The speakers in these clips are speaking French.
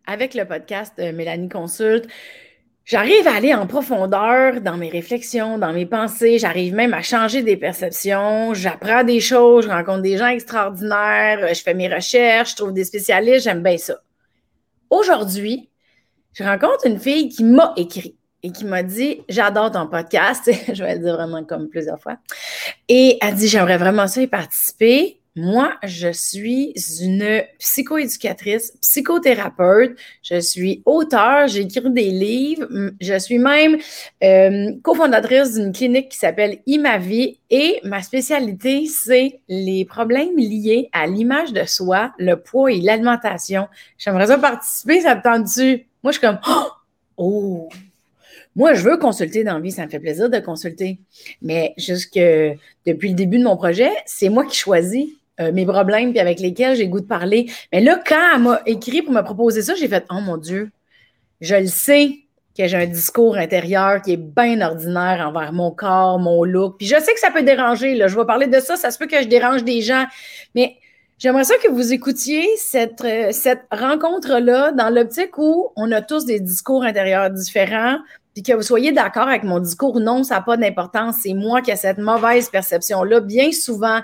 avec le podcast Mélanie Consulte, j'arrive à aller en profondeur dans mes réflexions, dans mes pensées. J'arrive même à changer des perceptions. J'apprends des choses, je rencontre des gens extraordinaires, je fais mes recherches, je trouve des spécialistes, j'aime bien ça. Aujourd'hui, je rencontre une fille qui m'a écrit et qui m'a dit « J'adore ton podcast. » Je vais le dire vraiment comme plusieurs fois. Et elle dit « J'aimerais vraiment ça y participer. » Moi, je suis une psychoéducatrice, psychothérapeute, je suis auteure, j'écris des livres, je suis même cofondatrice d'une clinique qui s'appelle Imavie et ma spécialité, c'est les problèmes liés à l'image de soi, le poids et l'alimentation. J'aimerais ça participer, ça te tente-tu? Moi, je suis comme « Oh! » Moi, je veux consulter dans la vie, ça me fait plaisir de consulter. Mais jusque depuis le début de mon projet, c'est moi qui choisis mes problèmes puis avec lesquels j'ai le goût de parler. Mais là, quand elle m'a écrit pour me proposer ça, j'ai fait « Oh mon Dieu, je le sais que j'ai un discours intérieur qui est bien ordinaire envers mon corps, mon look. Puis je sais que ça peut déranger, là. Je vais parler de ça, ça se peut que je dérange des gens. Mais j'aimerais ça que vous écoutiez cette rencontre-là dans l'optique où on a tous des discours intérieurs différents, puis que vous soyez d'accord avec mon discours ou non, ça n'a pas d'importance. C'est moi qui ai cette mauvaise perception-là, bien souvent,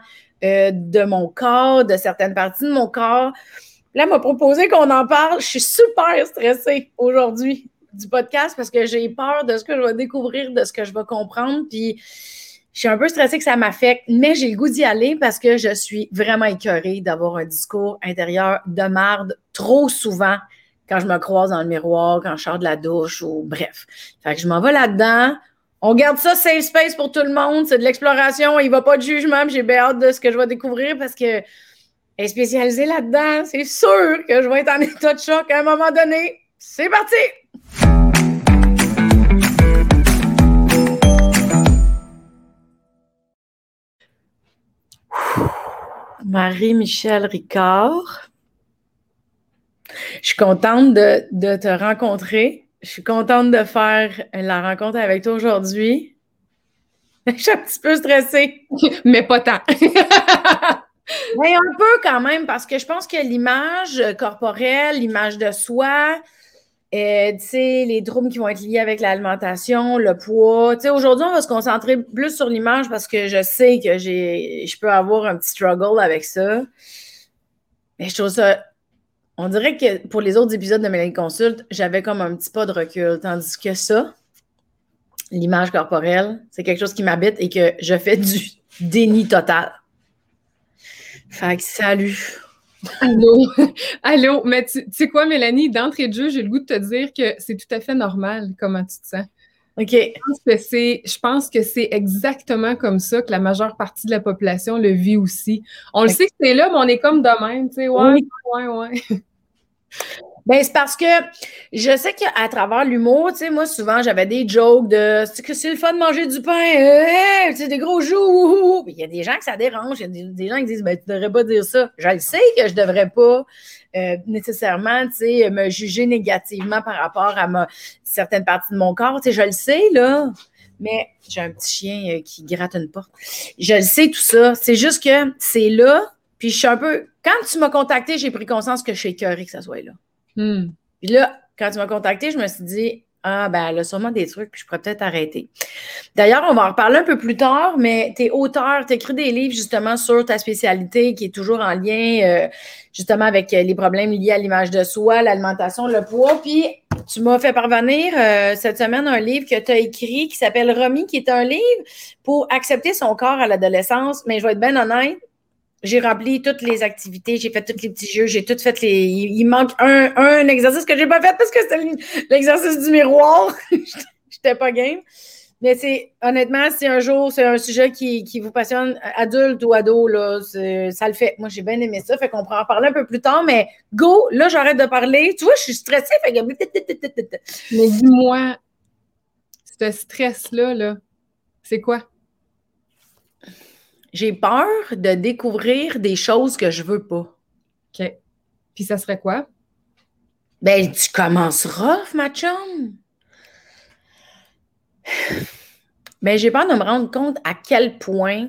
de mon corps, de certaines parties de mon corps. Là, elle m'a proposé qu'on en parle. Je suis super stressée aujourd'hui du podcast parce que j'ai peur de ce que je vais découvrir, de ce que je vais comprendre. Puis, je suis un peu stressée que ça m'affecte, mais j'ai le goût d'y aller parce que je suis vraiment écœurée d'avoir un discours intérieur de marde trop souvent quand je me croise dans le miroir, quand je sors de la douche ou bref. Fait que je m'en vais là-dedans. On garde ça safe space pour tout le monde. C'est de l'exploration. Il ne va pas de jugement. J'ai bien hâte de ce que je vais découvrir parce que elle est spécialisée là-dedans. C'est sûr que je vais être en état de choc à un moment donné. C'est parti! Marie-Michèle Ricard. Je suis contente de te rencontrer. Je suis contente de faire la rencontre avec toi aujourd'hui. Je suis un petit peu stressée. Mais pas tant. Mais un peu quand même, parce que je pense que l'image corporelle, l'image de soi, tu sais, les troubles qui vont être liés avec l'alimentation, le poids. Tu sais, aujourd'hui, on va se concentrer plus sur l'image parce que je sais que je peux avoir un petit struggle avec ça. Mais je trouve ça. On dirait que pour les autres épisodes de Mélanie Consulte, j'avais comme un petit pas de recul. Tandis que ça, l'image corporelle, c'est quelque chose qui m'habite et que je fais du déni total. Fait que salut. Allô? Allô? Mais tu sais quoi, Mélanie, d'entrée de jeu, j'ai le goût de te dire que c'est tout à fait normal comment tu te sens. OK. Je pense que c'est exactement comme ça que la majeure partie de la population le vit aussi. On le sait que c'est là, mais on est comme de même, tu sais, ouais. Ben, c'est parce que je sais qu'à travers l'humour, tu sais, moi, souvent, j'avais des jokes de c'est que c'est le fun de manger du pain, tu sais, des gros joues. Il y a des gens que ça dérange, il y a des gens qui disent, ben, tu devrais pas dire ça. Je le sais que je devrais pas nécessairement, tu sais, me juger négativement par rapport à certaines parties de mon corps. Tu sais, je le sais, là. Mais j'ai un petit chien qui gratte une porte. Je le sais, tout ça. C'est juste que c'est là, puis je suis un peu. Quand tu m'as contacté, j'ai pris conscience que je suis écœurée que ça soit là. Puis là, quand tu m'as contacté, je me suis dit, ah, ben, elle a sûrement des trucs, puis je pourrais peut-être arrêter. D'ailleurs, on va en reparler un peu plus tard, mais tu es auteur, tu écris des livres justement sur ta spécialité qui est toujours en lien justement avec les problèmes liés à l'image de soi, l'alimentation, le poids. Puis tu m'as fait parvenir cette semaine un livre que tu as écrit qui s'appelle Romy, qui est un livre pour accepter son corps à l'adolescence. Mais je vais être bien honnête, j'ai rempli toutes les activités, j'ai fait tous les petits jeux, j'ai tout fait les. Il manque un exercice que j'ai pas fait parce que c'était l'exercice du miroir. J'étais pas game. Mais honnêtement, si un jour c'est un sujet qui vous passionne, adulte ou ado, là, ça le fait. Moi, j'ai bien aimé ça. Fait qu'on pourra en parler un peu plus tard, mais go, là, j'arrête de parler. Tu vois, je suis stressée. Fait que... Mais dis-moi, ce stress-là, là, c'est quoi? J'ai peur de découvrir des choses que je veux pas. OK. Puis ça serait quoi? Ben, tu commenceras, ma chum. Ben, j'ai peur de me rendre compte à quel point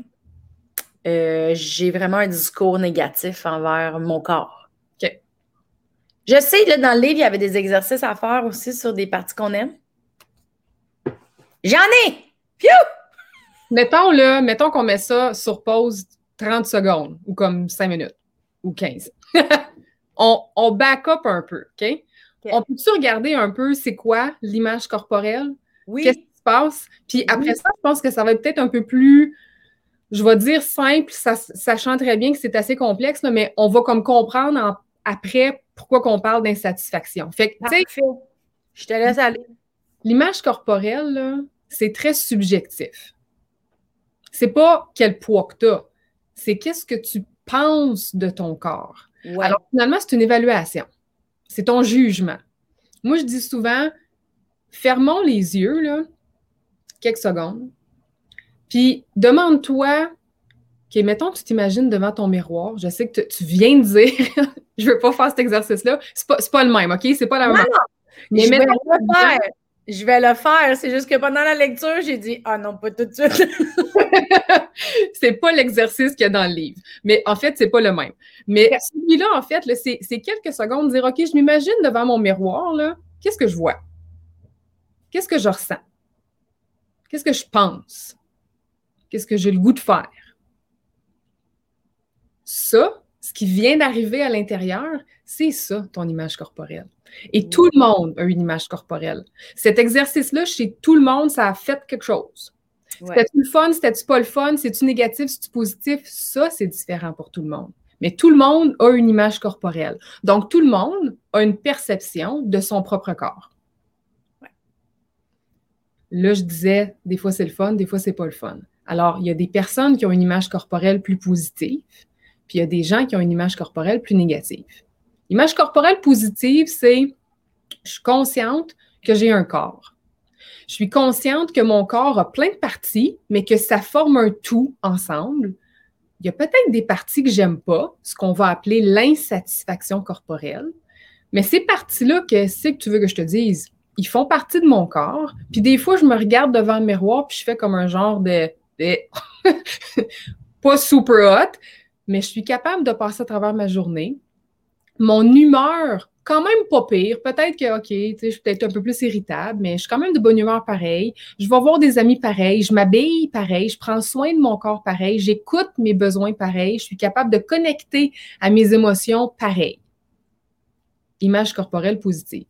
j'ai vraiment un discours négatif envers mon corps. OK. Je sais, là, dans le livre, il y avait des exercices à faire aussi sur des parties qu'on aime. J'en ai! Phew! Mettons qu'on met ça sur pause 30 secondes, ou comme 5 minutes, ou 15. On back up un peu, OK? On peut-tu regarder un peu c'est quoi l'image corporelle? Oui. Qu'est-ce qui se passe? Puis après ça, je pense que ça va être peut-être un peu plus, je vais dire simple, sachant très bien que c'est assez complexe, là, mais on va comme comprendre après pourquoi qu'on parle d'insatisfaction. Fait que, tu sais, je te laisse aller. L'image corporelle, là, c'est très subjectif. C'est pas quel poids que tu as, c'est qu'est-ce que tu penses de ton corps. Ouais. Alors, finalement, c'est une évaluation. C'est ton jugement. Moi, je dis souvent, fermons les yeux, là, quelques secondes, puis demande-toi, OK, mettons que tu t'imagines devant ton miroir. Je sais que tu viens de dire, je veux pas faire cet exercice-là. C'est pas le même, OK? C'est pas la même chose. Mais je vais le faire. C'est juste que pendant la lecture, j'ai dit « Ah non, pas tout de suite. » C'est pas l'exercice qu'il y a dans le livre. Mais en fait, c'est pas le même. Mais celui-là, en fait, là, c'est quelques secondes de dire « OK, je m'imagine devant mon miroir, là, qu'est-ce que je vois? Qu'est-ce que je ressens? Qu'est-ce que je pense? Qu'est-ce que j'ai le goût de faire? » Ça, ce qui vient d'arriver à l'intérieur, c'est ça, ton image corporelle. Et tout le monde a une image corporelle. Cet exercice-là, chez tout le monde, ça a fait quelque chose. C'était-tu le fun? C'était-tu pas le fun? C'est-tu négatif? C'est-tu positif? Ça, c'est différent pour tout le monde. Mais tout le monde a une image corporelle. Donc, tout le monde a une perception de son propre corps. Ouais. Là, je disais, des fois, c'est le fun, des fois, c'est pas le fun. Alors, il y a des personnes qui ont une image corporelle plus positive, puis il y a des gens qui ont une image corporelle plus négative. L'image corporelle positive, c'est je suis consciente que j'ai un corps. Je suis consciente que mon corps a plein de parties, mais que ça forme un tout ensemble. Il y a peut-être des parties que j'aime pas, ce qu'on va appeler l'insatisfaction corporelle. Mais ces parties-là, qu'est-ce que tu veux que je te dise? Ils font partie de mon corps. Puis des fois, je me regarde devant le miroir, puis je fais comme un genre de pas super hot, mais je suis capable de passer à travers ma journée. Mon humeur, quand même pas pire. Peut-être que, OK, tu sais, je suis peut-être un peu plus irritable, mais je suis quand même de bonne humeur pareil. Je vais voir des amis pareil, je m'habille pareil, je prends soin de mon corps pareil, j'écoute mes besoins pareil, je suis capable de connecter à mes émotions pareil. Image corporelle positive.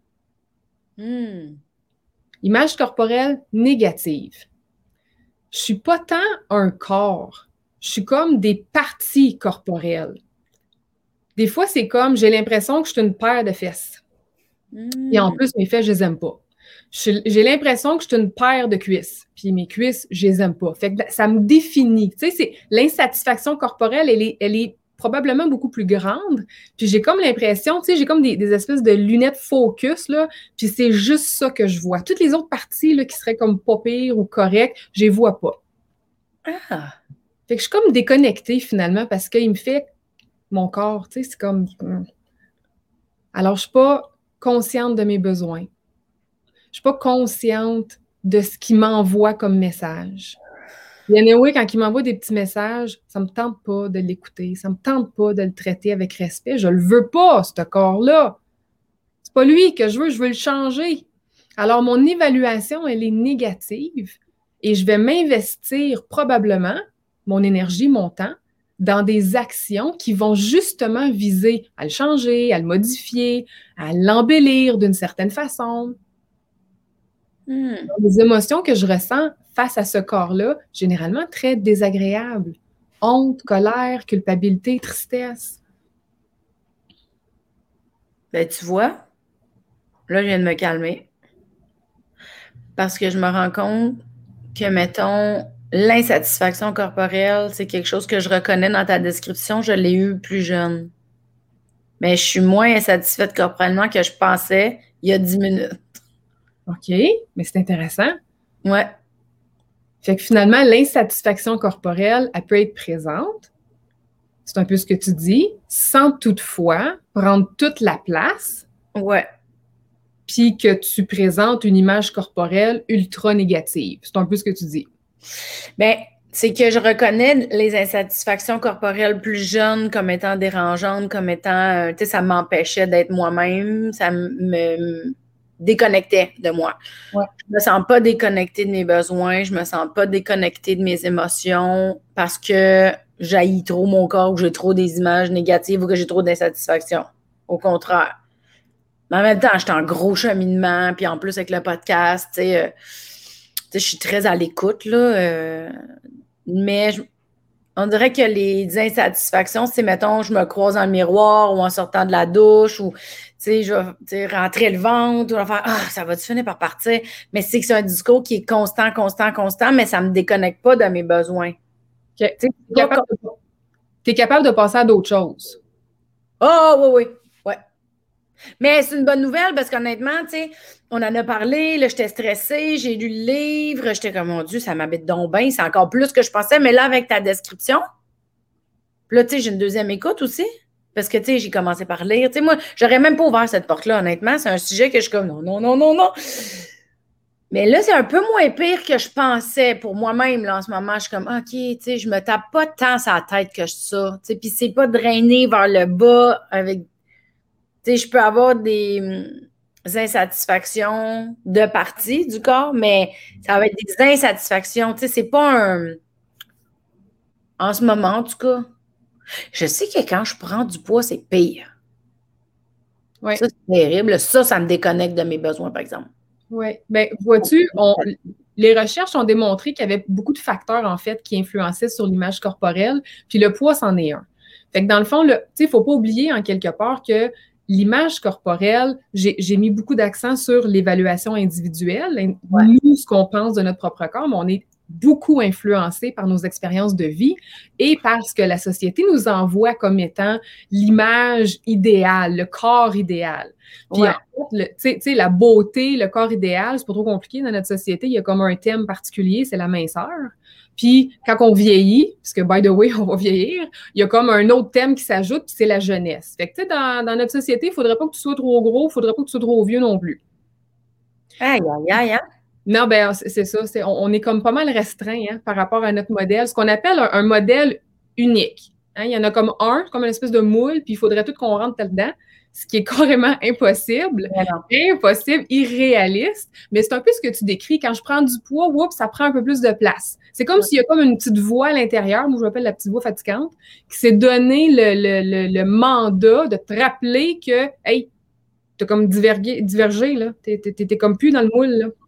Image corporelle négative. Je suis pas tant un corps, je suis comme des parties corporelles. Des fois, c'est comme, j'ai l'impression que je suis une paire de fesses. Et en plus, mes fesses, je les aime pas. J'ai l'impression que je suis une paire de cuisses. Puis mes cuisses, je les aime pas. Fait que ça me définit. Tu sais, c'est l'insatisfaction corporelle, elle est probablement beaucoup plus grande. Puis j'ai comme l'impression, tu sais, j'ai comme des espèces de lunettes focus, là. Puis c'est juste ça que je vois. Toutes les autres parties, là, qui seraient comme pas pires ou correctes, je les vois pas. Ah! Fait que je suis comme déconnectée, finalement, parce qu'il me fait mon corps, tu sais, c'est comme... Alors, je suis pas consciente de mes besoins. Je suis pas consciente de ce qu'il m'envoie comme message. Et anyway, quand il m'envoie des petits messages, ça me tente pas de l'écouter, ça me tente pas de le traiter avec respect. Je le veux pas, ce corps-là. C'est pas lui que je veux le changer. Alors, mon évaluation, elle est négative et je vais m'investir probablement mon énergie, mon temps, dans des actions qui vont justement viser à le changer, à le modifier, à l'embellir d'une certaine façon. Les émotions que je ressens face à ce corps-là, généralement très désagréables. Honte, colère, culpabilité, tristesse. Ben, tu vois, là, je viens de me calmer. Parce que je me rends compte que, mettons, l'insatisfaction corporelle, c'est quelque chose que je reconnais dans ta description. Je l'ai eu plus jeune. Mais je suis moins insatisfaite corporellement que je pensais il y a 10 minutes. OK, mais c'est intéressant. Ouais. Fait que finalement, l'insatisfaction corporelle, elle peut être présente. C'est un peu ce que tu dis, sans toutefois prendre toute la place. Ouais. Puis que tu présentes une image corporelle ultra négative. C'est un peu ce que tu dis. Bien, tu c'est que je reconnais les insatisfactions corporelles plus jeunes comme étant dérangeantes, comme étant, tu sais, ça m'empêchait d'être moi-même, ça me déconnectait de moi. Ouais. Je me sens pas déconnectée de mes besoins, je me sens pas déconnectée de mes émotions parce que j'haïs trop mon corps ou j'ai trop des images négatives ou que j'ai trop d'insatisfaction. Au contraire. Mais en même temps, j'étais en gros cheminement, puis en plus avec le podcast, tu sais, je suis très à l'écoute, là, mais on dirait que les insatisfactions, c'est, mettons, je me croise dans le miroir ou en sortant de la douche ou, tu sais, je vais rentrer le ventre ou je vais faire, ah, ça va-tu finir par partir? Mais c'est que c'est un discours qui est constant, constant, constant, mais ça me déconnecte pas de mes besoins. Okay. Tu es capable de passer à d'autres choses. Oh, oui, oui. Ouais. Mais c'est une bonne nouvelle parce qu'honnêtement, tu sais, on en a parlé, là, j'étais stressée, j'ai lu le livre, j'étais comme, mon Dieu, ça m'habite donc bien, c'est encore plus que je pensais, mais là, avec ta description, puis là, tu sais, j'ai une deuxième écoute aussi, parce que, tu sais, j'ai commencé par lire, tu sais, moi, j'aurais même pas ouvert cette porte-là, honnêtement, c'est un sujet que je suis comme, non, non, non, non, non. Mais là, c'est un peu moins pire que je pensais pour moi-même, là, en ce moment, je suis comme, OK, tu sais, je me tape pas tant sur la tête que ça, tu sais, puis c'est pas drainer vers le bas avec. Tu sais, je peux avoir des insatisfactions de partie du corps, mais ça va être des insatisfactions. Tu sais, c'est pas un. En ce moment, en tout cas, je sais que quand je prends du poids, c'est pire. Ouais. Ça, c'est terrible. Ça me déconnecte de mes besoins, par exemple. Oui. Bien, vois-tu, les recherches ont démontré qu'il y avait beaucoup de facteurs, en fait, qui influençaient sur l'image corporelle, puis le poids, c'en est un. Fait que dans le fond, tu sais, il ne faut pas oublier, en quelque part, que l'image corporelle, j'ai mis beaucoup d'accent sur l'évaluation individuelle. Ouais. Nous, ce qu'on pense de notre propre corps, mais on est beaucoup influencé par nos expériences de vie et par ce que la société nous envoie comme étant l'image idéale, le corps idéal. Puis Ouais. en fait, tu sais, la beauté, le corps idéal, c'est pas trop compliqué dans notre société. Il y a comme un thème particulier, c'est la minceur. Puis quand on vieillit, parce que by the way, on va vieillir, il y a comme un autre thème qui s'ajoute, puis c'est la jeunesse. Fait que tu sais, dans notre société, il faudrait pas que tu sois trop gros, il faudrait pas que tu sois trop vieux non plus. Aïe, aïe, aïe, hein? Non, ben c'est ça. On est comme pas mal restreint par rapport à notre modèle, ce qu'on appelle un modèle unique. Hein? Il y en a comme une espèce de moule, puis il faudrait tout qu'on rentre là-dedans, ce qui est carrément impossible, irréaliste. Mais c'est un peu ce que tu décris. Quand je prends du poids, ça prend un peu plus de place. C'est comme s'il y a comme une petite voix à l'intérieur, moi je l'appelle la petite voix fatigante, qui s'est donné le mandat de te rappeler que, hey, t'as comme divergé, là. T'es comme plus dans le moule, là.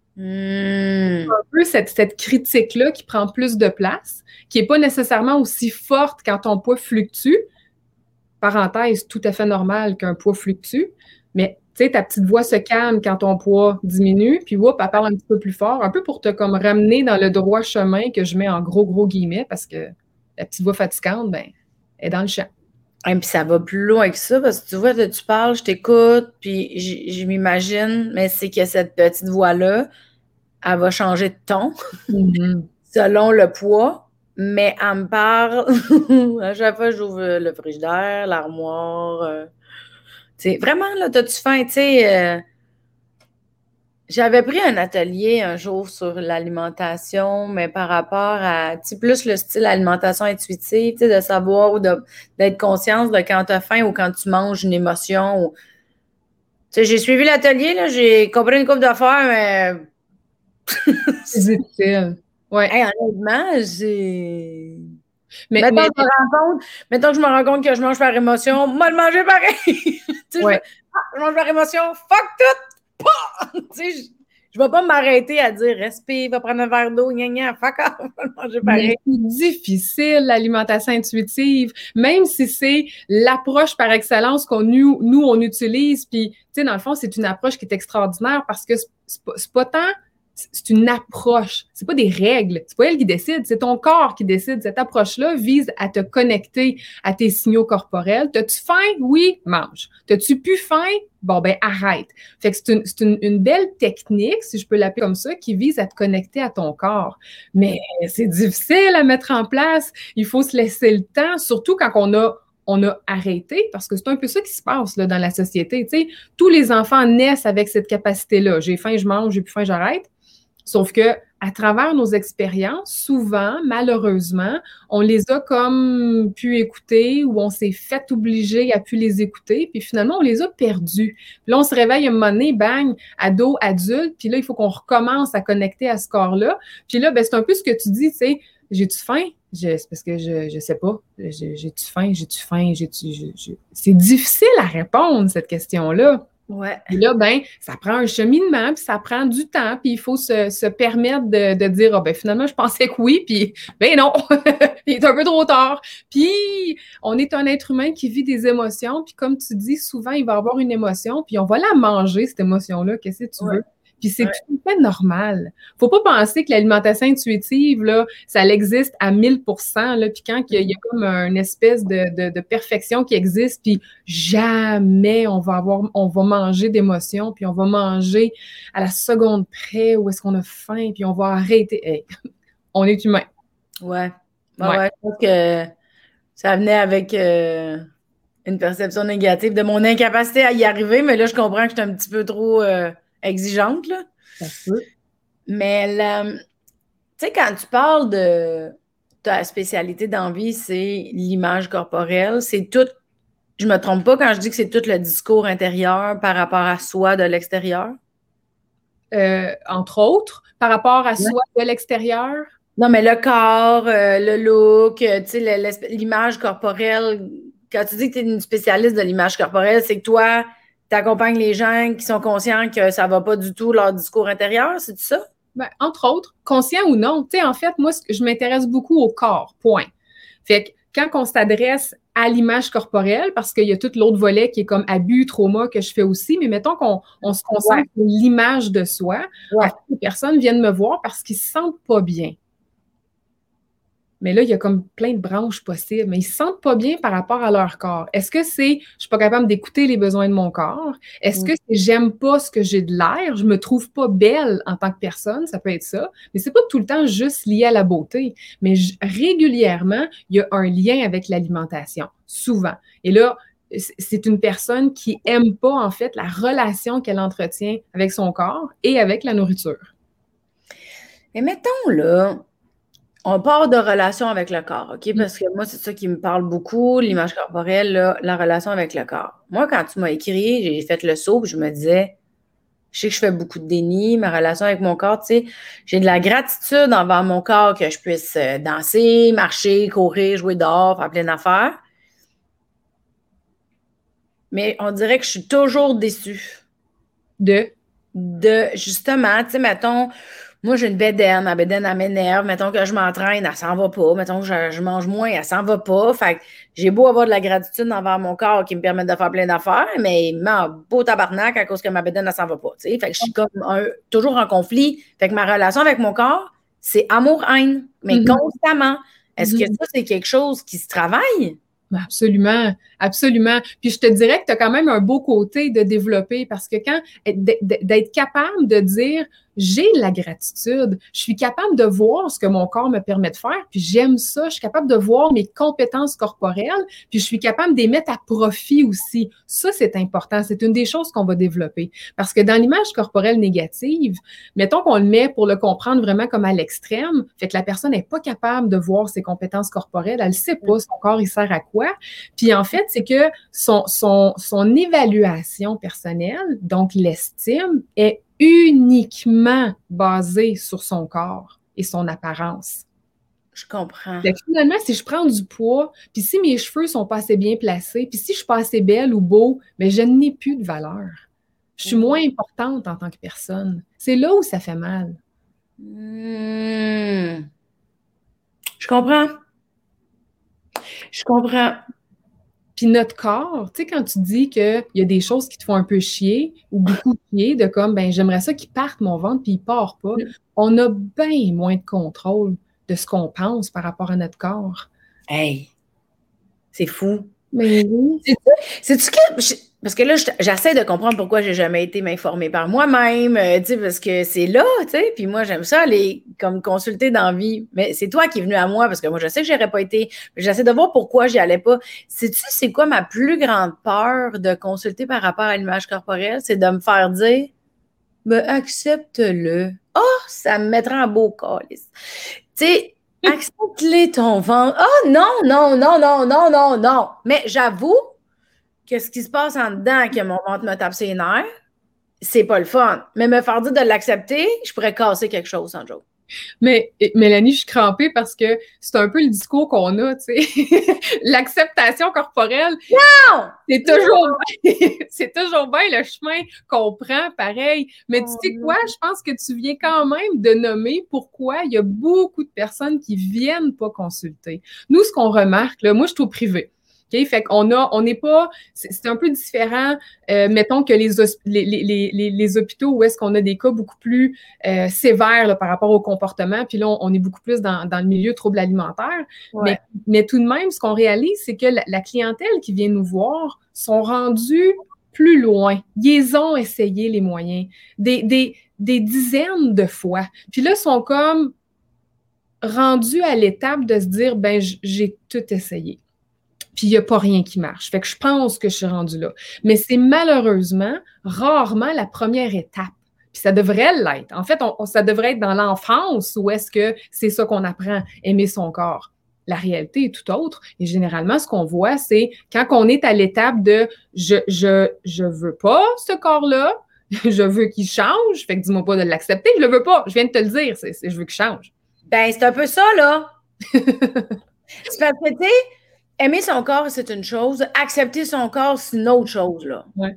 Un peu cette critique-là qui prend plus de place, qui n'est pas nécessairement aussi forte quand ton poids fluctue. Parenthèse, tout à fait normal qu'un poids fluctue, mais tu sais, ta petite voix se calme quand ton poids diminue, puis elle parle un petit peu plus fort, un peu pour te comme ramener dans le droit chemin que je mets en gros guillemets, parce que la petite voix fatigante, ben, est dans le champ. Et puis ça va plus loin que ça, parce que tu vois, tu parles, je t'écoute, puis je m'imagine, mais c'est que cette petite voix-là, elle va changer de ton selon le poids, mais elle me parle à chaque fois que j'ouvre le frigidaire, l'armoire. Vraiment, là, t'as-tu faim? Tu sais, j'avais pris un atelier un jour sur l'alimentation, mais par rapport à, tu sais, plus le style alimentation intuitive, tu sais, de savoir ou d'être consciente de quand tu as faim ou quand tu manges une émotion. Tu sais, j'ai suivi l'atelier, là, j'ai compris une couple d'affaires, mais. C'est difficile. Ouais. Hey, honnêtement, mettons que je me rends compte que je mange par émotion, moi le manger pareil. Tu sais, ouais. je mange par émotion, fuck tout! Tu sais, je ne vais pas m'arrêter à dire respire, va prendre un verre d'eau, gna fuck off, je vais le manger pareil. Mais c'est difficile, l'alimentation intuitive, même si c'est l'approche par excellence nous, on utilise. Puis, tu sais, dans le fond, c'est une approche qui est extraordinaire parce que c'est pas tant. C'est une approche, c'est pas des règles, c'est pas elle qui décide, c'est ton corps qui décide. Cette approche-là vise à te connecter à tes signaux corporels. T'as-tu faim? Oui, mange. T'as-tu plus faim? Bon, ben arrête. Fait que c'est une belle technique, si je peux l'appeler comme ça, qui vise à te connecter à ton corps. Mais c'est difficile à mettre en place. Il faut se laisser le temps, surtout quand on a arrêté, parce que c'est un peu ça qui se passe là, dans la société. Tu sais, tous les enfants naissent avec cette capacité-là. J'ai faim, je mange, j'ai plus faim, j'arrête. Sauf que à travers nos expériences, souvent, malheureusement, on les a comme pu écouter ou on s'est fait obliger à pu les écouter, puis finalement, on les a perdus. Puis là, on se réveille un moment donné, bang, ado, adulte, puis là, il faut qu'on recommence à connecter à ce corps-là. Puis là, ben, c'est un peu ce que tu dis, tu sais, j'ai-tu faim? C'est parce que je sais pas. J'ai-tu faim? J'ai-tu faim? C'est difficile à répondre, cette question-là. Ouais. Et là, ben, ça prend un cheminement, puis ça prend du temps, puis il faut se permettre de dire, ah ben finalement, je pensais que oui, puis ben non, il est un peu trop tard. Puis, on est un être humain qui vit des émotions, puis comme tu dis, souvent, il va avoir une émotion, puis on va la manger, cette émotion-là, qu'est-ce que tu veux? Puis c'est tout à fait normal. Faut pas penser que l'alimentation intuitive, là, ça existe à 1000%, là, puis quand il y a comme une espèce de perfection qui existe, puis jamais on va manger d'émotions, puis on va manger à la seconde près où est-ce qu'on a faim, puis on va arrêter. Hey, on est humain. Ouais. Je pense que ça venait avec une perception négative de mon incapacité à y arriver, mais là, je comprends que je suis un petit peu trop exigeante, là. Ça peut. Mais tu sais, quand tu parles de ta spécialité d'envie, c'est l'image corporelle, c'est tout, je me trompe pas quand je dis que c'est tout le discours intérieur par rapport à soi de l'extérieur? Entre autres, par rapport à soi de l'extérieur. Non, mais le corps, le look, tu sais, l'image corporelle. Quand tu dis que tu es une spécialiste de l'image corporelle, c'est que toi, tu accompagnes les gens qui sont conscients que ça va pas du tout leur discours intérieur, c'est ça? Ben, entre autres, conscient ou non. Tu sais, en fait, moi, je m'intéresse beaucoup au corps, point. Fait que quand on s'adresse à l'image corporelle, parce qu'il y a tout l'autre volet qui est comme abus, trauma que je fais aussi, mais mettons qu'on se concentre sur l'image de soi, en fait, les personnes viennent me voir parce qu'ils se sentent pas bien. Mais là, il y a comme plein de branches possibles, mais ils se sentent pas bien par rapport à leur corps. Est-ce que c'est je suis pas capable d'écouter les besoins de mon corps? Est-ce que c'est j'aime pas ce que j'ai de l'air? Je me trouve pas belle en tant que personne? Ça peut être ça. Mais c'est pas tout le temps juste lié à la beauté. Mais régulièrement, il y a un lien avec l'alimentation. Souvent. Et là, c'est une personne qui aime pas, en fait, la relation qu'elle entretient avec son corps et avec la nourriture. Mais mettons, là, on part de relation avec le corps, OK? Parce que moi, c'est ça qui me parle beaucoup, l'image corporelle, là, la relation avec le corps. Moi, quand tu m'as écrit, j'ai fait le saut, puis je me disais, je sais que je fais beaucoup de déni, ma relation avec mon corps, tu sais, j'ai de la gratitude envers mon corps que je puisse danser, marcher, courir, jouer dehors, faire plein d'affaires. Mais on dirait que je suis toujours déçue. De justement, tu sais, mettons, moi, j'ai une bédaine. Ma bédaine, elle m'énerve. Mettons que je m'entraîne, elle s'en va pas. Mettons que je mange moins, elle s'en va pas. Fait que j'ai beau avoir de la gratitude envers mon corps qui me permet de faire plein d'affaires, mais il m'a beau tabarnak à cause que ma bédaine, elle s'en va pas. Tu sais. Fait que je suis comme toujours en conflit. Fait que ma relation avec mon corps, c'est amour-haine, mais constamment. Est-ce que ça, c'est quelque chose qui se travaille? Absolument, absolument. Puis je te dirais que tu as quand même un beau côté de développer parce que quand d'être capable de dire j'ai de la gratitude, je suis capable de voir ce que mon corps me permet de faire, puis j'aime ça, je suis capable de voir mes compétences corporelles, puis je suis capable de les mettre à profit aussi. Ça, c'est important. C'est une des choses qu'on va développer. Parce que dans l'image corporelle négative, mettons qu'on le met pour le comprendre vraiment comme à l'extrême, fait que la personne n'est pas capable de voir ses compétences corporelles, elle ne sait pas son corps, il sert à quoi. Puis en fait, c'est que son évaluation personnelle, donc l'estime, est uniquement basée sur son corps et son apparence. Je comprends. Fait que finalement, si je prends du poids, puis si mes cheveux sont pas assez bien placés, puis si je suis pas assez belle ou beau, mais je n'ai plus de valeur. Je suis moins importante en tant que personne. C'est là où ça fait mal. Je comprends. Je comprends. Puis notre corps, tu sais, quand tu dis qu'il y a des choses qui te font un peu chier ou beaucoup chier, de comme, ben j'aimerais ça qu'il parte mon ventre, puis il part pas, on a bien moins de contrôle de ce qu'on pense par rapport à notre corps. Hey, c'est fou. Mais oui. C'est-tu que... Parce que là, j'essaie de comprendre pourquoi j'ai jamais été m'informer par moi-même, tu sais, parce que c'est là, tu sais, puis moi, j'aime ça aller comme consulter dans la vie. Mais c'est toi qui es venu à moi, parce que moi, je sais que j'aurais pas été. J'essaie de voir pourquoi j'y allais pas. Sais-tu, c'est quoi ma plus grande peur de consulter par rapport à l'image corporelle? C'est de me faire dire, ben, accepte-le. ça me mettrait en beau calice. Tu sais, accepte-les ton ventre. Oh non, non, non, non, non, non, non. Mais j'avoue que ce qui se passe en dedans, que mon ventre me tape ses nerfs, c'est pas le fun. Mais me faire dire de l'accepter, je pourrais casser quelque chose sans joke. Mais Mélanie, je suis crampée parce que c'est un peu le discours qu'on a, tu sais. L'acceptation corporelle, non! C'est toujours, c'est toujours bien le chemin qu'on prend, pareil. Mais tu sais quoi? Je pense que tu viens quand même de nommer pourquoi il y a beaucoup de personnes qui viennent pas consulter. Nous, ce qu'on remarque, là, moi, je suis au privé. Okay? Fait qu'on n'est pas, c'est un peu différent, mettons que les hôpitaux où est-ce qu'on a des cas beaucoup plus sévères là, par rapport au comportement, puis là, on est beaucoup plus dans le milieu trouble alimentaire. Ouais. Mais tout de même, ce qu'on réalise, c'est que la clientèle qui vient nous voir sont rendus plus loin. Ils ont essayé les moyens des dizaines de fois. Puis là, sont comme rendus à l'étape de se dire, ben j'ai tout essayé. Puis il n'y a pas rien qui marche. Fait que je pense que je suis rendue là. Mais c'est malheureusement rarement la première étape. Puis ça devrait l'être. En fait, ça devrait être dans l'enfance où est-ce que c'est ça qu'on apprend, aimer son corps. La réalité est tout autre. Et généralement, ce qu'on voit, c'est quand on est à l'étape de je veux pas ce corps-là, je veux qu'il change. Fait que dis-moi pas de l'accepter, je le veux pas. Je viens de te le dire, je veux qu'il change. Ben, c'est un peu ça, là. C'est parce que, tu sais, aimer son corps, c'est une chose. Accepter son corps, c'est une autre chose, là. Ouais.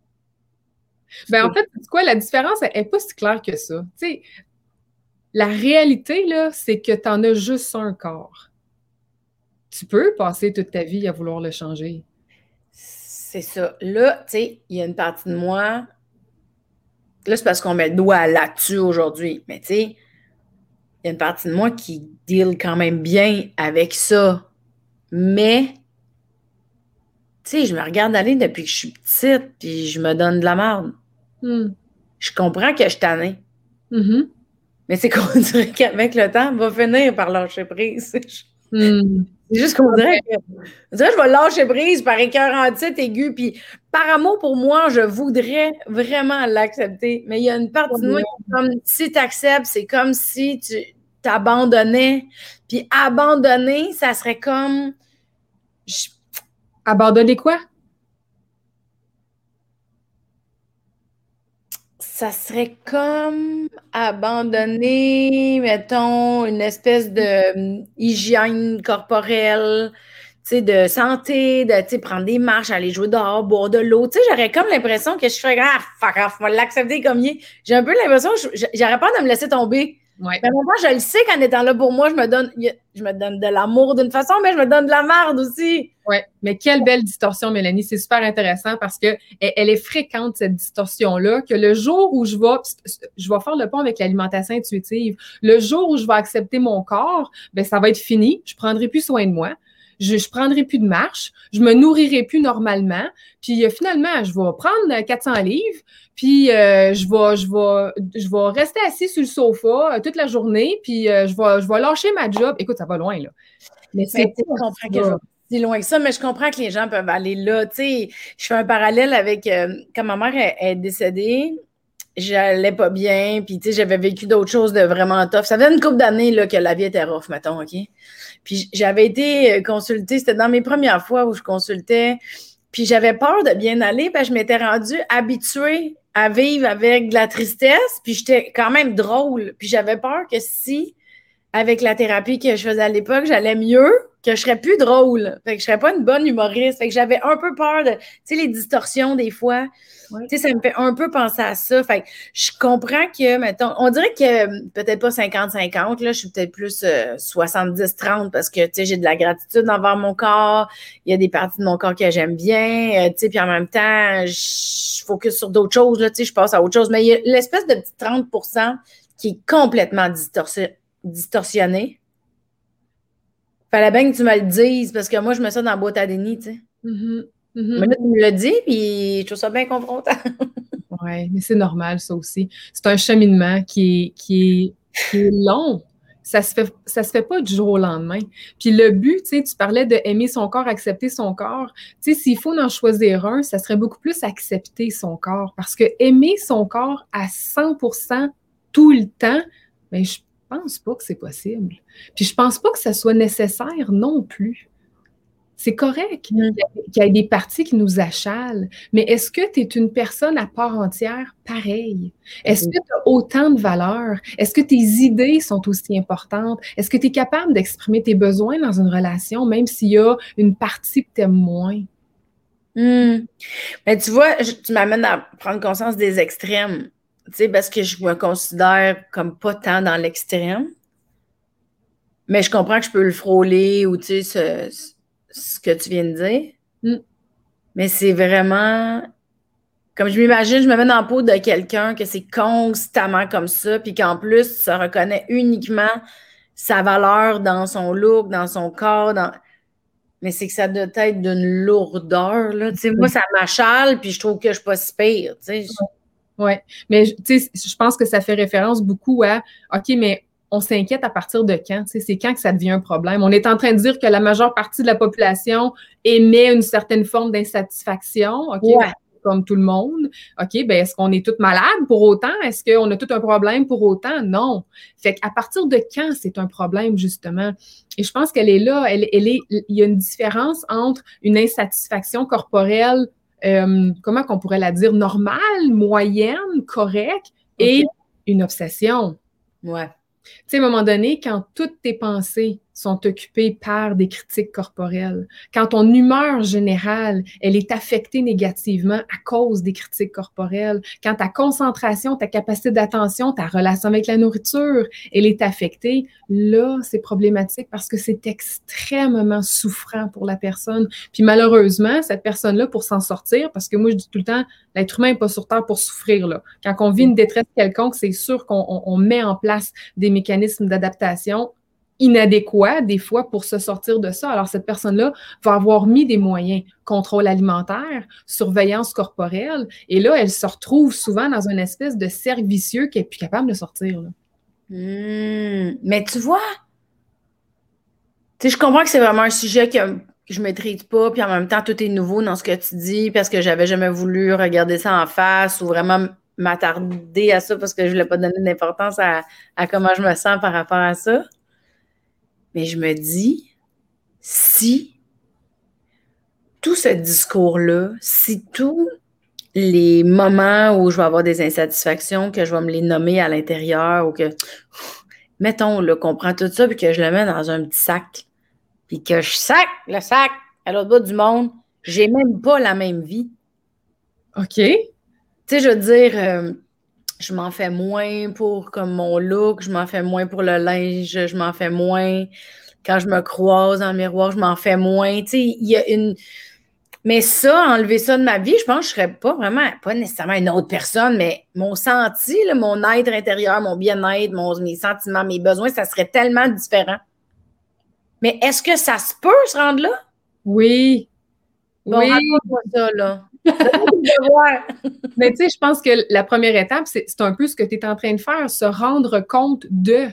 Ben, en fait, c'est quoi, la différence, elle n'est pas si claire que ça. Tu sais, la réalité, là, c'est que tu en as juste un corps. Tu peux passer toute ta vie à vouloir le changer. C'est ça. Là, tu sais, il y a une partie de moi. Là, c'est parce qu'on met le doigt là-dessus aujourd'hui. Mais tu sais, il y a une partie de moi qui deal quand même bien avec ça. Mais, tu sais, je me regarde aller depuis que je suis petite, puis je me donne de la merde. Je comprends que je t'en Mm-hmm. Mais c'est qu'on dirait qu'avec le temps, on va finir par lâcher prise. C'est juste qu'on dirait que je vais lâcher prise par écœurantite aigu, puis par amour pour moi, je voudrais vraiment l'accepter. Mais il y a une partie de moi qui est comme, si tu acceptes, c'est comme si tu t'abandonnais. Puis abandonner, ça serait comme... Abandonner quoi? Ça serait comme abandonner, mettons, une espèce de hygiène corporelle, tu sais, de santé, de, tu sais, prendre des marches, aller jouer dehors, boire de l'eau. Tu sais, j'aurais comme l'impression que je ferais, fuck off, je vais l'accepter comme il est. J'ai un peu l'impression que j'aurais peur de me laisser tomber. Ouais. Mais maintenant, je le sais qu'en étant là pour moi, je me donne de l'amour d'une façon, mais je me donne de la merde aussi. Oui, mais quelle belle distorsion, Mélanie. C'est super intéressant parce que elle est fréquente, cette distorsion-là, que le jour où je vais faire le pont avec l'alimentation intuitive, le jour où je vais accepter mon corps, ben ça va être fini. Je prendrai plus soin de moi. Je prendrai plus de marche, je me nourrirai plus normalement, puis finalement, je vais prendre 400 livres, puis je vais rester assis sur le sofa toute la journée, puis je vais lâcher ma job. Écoute, ça va loin, là. Mais c'est je comprends que je vais si loin que ça, mais je comprends que les gens peuvent aller là. Tu sais, je fais un parallèle avec quand ma mère est décédée, j'allais pas bien, puis tu sais, j'avais vécu d'autres choses de vraiment tough. Ça fait une couple d'années là, que la vie était rough, mettons, OK? Puis j'avais été consultée, c'était dans mes premières fois où je consultais, puis j'avais peur de bien aller, parce que je m'étais rendue habituée à vivre avec de la tristesse, puis j'étais quand même drôle. Puis j'avais peur que si, avec la thérapie que je faisais à l'époque, j'allais mieux, que je serais plus drôle. Fait que je serais pas une bonne humoriste. Fait que j'avais un peu peur de, tu sais, les distorsions des fois. Ouais. Tu sais, ça me fait un peu penser à ça. Fait que je comprends que, mettons, on dirait que peut-être pas 50-50, là, je suis peut-être plus 70-30 parce que, tu sais, j'ai de la gratitude envers mon corps. Il y a des parties de mon corps que j'aime bien, tu sais, puis en même temps, je focus sur d'autres choses, là, tu sais, je passe à autre chose. Mais il y a l'espèce de petit 30% qui est complètement distorsionné. Fallait bien que tu me le dises, parce que moi, je me sens dans la boîte à déni, tu sais. Mm-hmm. Mais là, tu me le dis, puis je trouve ça bien confrontant. Oui, mais c'est normal, ça aussi. C'est un cheminement qui est long. Ça se fait pas du jour au lendemain. Puis le but, tu sais, tu parlais de aimer son corps, accepter son corps. Tu sais, s'il faut en choisir un, ça serait beaucoup plus accepter son corps. Parce que aimer son corps à 100%, tout le temps, mais je pense pas que c'est possible. Puis je pense pas que ça soit nécessaire non plus. C'est correct qu'il y ait des parties qui nous achalent, mais est-ce que tu es une personne à part entière pareille? Est-ce que tu as autant de valeur? Est-ce que tes idées sont aussi importantes? Est-ce que tu es capable d'exprimer tes besoins dans une relation, même s'il y a une partie que tu aimes moins? Mais tu vois, tu m'amènes à prendre conscience des extrêmes, tu sais, parce que je me considère comme pas tant dans l'extrême, mais je comprends que je peux le frôler ou, tu sais, ce que tu viens de dire. Mais c'est vraiment, comme je m'imagine, je me mets dans la peau de quelqu'un que c'est constamment comme ça, puis qu'en plus, ça reconnaît uniquement sa valeur dans son look, dans son corps, mais c'est que ça doit être d'une lourdeur, là. Tu sais, moi, ça m'achale, puis je trouve que je suis pas si pire, tu sais. Oui, mais tu sais, je pense que ça fait référence beaucoup à, OK, mais on s'inquiète à partir de quand? Tu sais, c'est quand que ça devient un problème? On est en train de dire que la majeure partie de la population émet une certaine forme d'insatisfaction, OK? Ouais. Comme tout le monde. OK, ben est-ce qu'on est toutes malades pour autant? Est-ce qu'on a tout un problème pour autant? Non. Fait qu'à partir de quand c'est un problème, justement? Et je pense qu'elle est là, il y a une différence entre une insatisfaction corporelle, comment qu'on pourrait la dire, normale, moyenne, correcte, et une obsession. Ouais. Tu sais, à un moment donné, quand toutes tes pensées sont occupées par des critiques corporelles, quand ton humeur générale, elle est affectée négativement à cause des critiques corporelles, quand ta concentration, ta capacité d'attention, ta relation avec la nourriture, elle est affectée, là, c'est problématique parce que c'est extrêmement souffrant pour la personne. Puis malheureusement, cette personne-là, pour s'en sortir, parce que moi, je dis tout le temps, l'être humain n'est pas sur Terre pour souffrir, là. Quand on vit une détresse quelconque, c'est sûr qu'on met en place des mécanismes d'adaptation inadéquats, des fois, pour se sortir de ça. Alors, cette personne-là va avoir mis des moyens, contrôle alimentaire, surveillance corporelle, et là, elle se retrouve souvent dans une espèce de cercle vicieux qu'elle n'est plus capable de sortir, là. Mais tu vois, tu sais, je comprends que c'est vraiment un sujet que je maîtrise pas, puis en même temps, tout est nouveau dans ce que tu dis, parce que j'avais jamais voulu regarder ça en face ou vraiment m'attarder à ça parce que je voulais pas donner d'importance à comment je me sens par rapport à ça. Mais je me dis, si tout ce discours-là, si tous les moments où je vais avoir des insatisfactions, que je vais me les nommer à l'intérieur ou que, mettons, là, qu'on prend tout ça puis que je le mets dans un petit sac, puis que je sac le sac à l'autre bout du monde, j'ai même pas la même vie. OK. Tu sais, je veux dire, je m'en fais moins pour comme mon look, je m'en fais moins pour le linge, je m'en fais moins quand je me croise dans le miroir, je m'en fais moins. Tu sais, il y a une... Mais ça, enlever ça de ma vie, je pense que je serais pas vraiment, pas nécessairement une autre personne, mais mon senti, là, mon être intérieur, mon bien-être, mes sentiments, mes besoins, ça serait tellement différent. Mais est-ce que ça se peut se rendre là? Oui. Bon, Oui. raconte-moi ça, là. Mais tu sais, je pense que la première étape, c'est un peu ce que tu es en train de faire, se rendre compte de.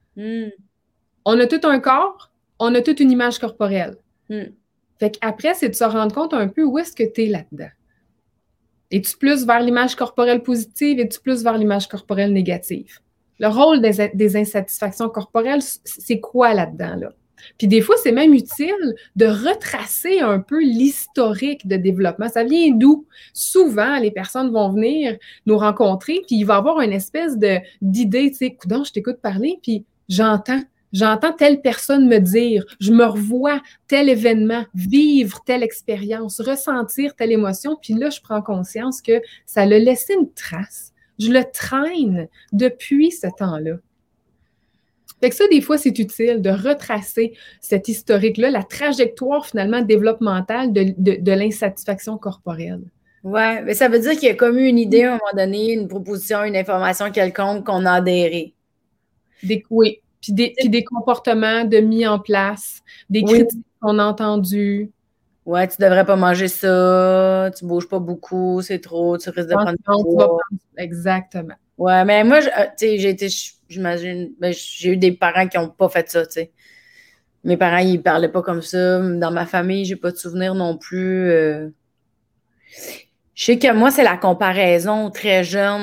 On a tout un corps, on a toute une image corporelle. Fait qu'après, c'est de se rendre compte un peu où est-ce que tu es là-dedans. Es-tu plus vers l'image corporelle positive? Es-tu plus vers l'image corporelle négative? Le rôle des insatisfactions corporelles, c'est quoi là-dedans, là? Puis des fois, c'est même utile de retracer un peu l'historique de développement. Ça vient d'où? Souvent, les personnes vont venir nous rencontrer, puis il va y avoir une espèce d'idée, tu sais, coudonc, je t'écoute parler, puis j'entends telle personne me dire, je me revois tel événement, vivre telle expérience, ressentir telle émotion, puis là, je prends conscience que ça a laissé une trace. Je le traîne depuis ce temps-là. Fait que ça, des fois, c'est utile de retracer cet historique-là, la trajectoire finalement développementale de l'insatisfaction corporelle. Ouais, mais ça veut dire qu'il y a comme eu une idée à un moment donné, une proposition, une information quelconque qu'on a adhéré. Oui, puis des comportements de mis en place, des critiques qu'on a entendues. Ouais, tu devrais pas manger ça, tu bouges pas beaucoup, c'est trop, tu risques de prendre du poids. Exactement. Ouais, mais moi, tu sais, j'imagine, j'ai eu des parents qui ont pas fait ça, tu sais. Mes parents, ils parlaient pas comme ça. Dans ma famille, j'ai pas de souvenirs non plus. Je sais que moi, c'est la comparaison très jeune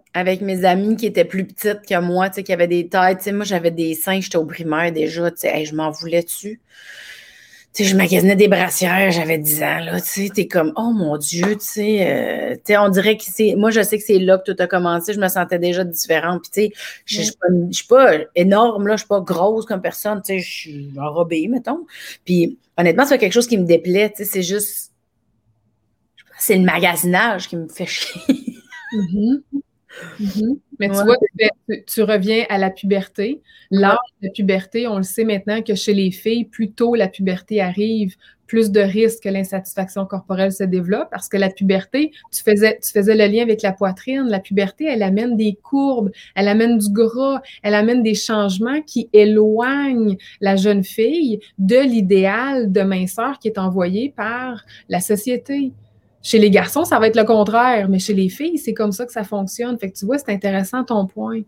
avec mes amies qui étaient plus petites que moi, tu sais, qui avaient des tailles. Tu sais, moi, j'avais des seins, j'étais au primaire déjà, tu sais, hey, je m'en voulais dessus. Tu sais, je magasinais des brassières, j'avais 10 ans, là, tu sais, t'es comme, oh mon Dieu, tu sais, on dirait que moi, je sais que c'est là que tout a commencé, je me sentais déjà différente, puis tu sais, je suis pas énorme, là, je suis pas grosse comme personne, tu sais, je suis enrobée, mettons, puis honnêtement, c'est quelque chose qui me déplaît, tu sais, c'est juste, c'est le magasinage qui me fait chier. Mm-hmm. Mm-hmm. Mais tu Ouais. vois, tu reviens à la puberté. L'âge de la puberté, on le sait maintenant que chez les filles, plus tôt la puberté arrive, plus de risques que l'insatisfaction corporelle se développe parce que la puberté, tu faisais le lien avec la poitrine. La puberté, elle amène des courbes, elle amène du gras, elle amène des changements qui éloignent la jeune fille de l'idéal de minceur qui est envoyé par la société. Chez les garçons, ça va être le contraire, mais chez les filles, c'est comme ça que ça fonctionne. Fait que tu vois, c'est intéressant ton point.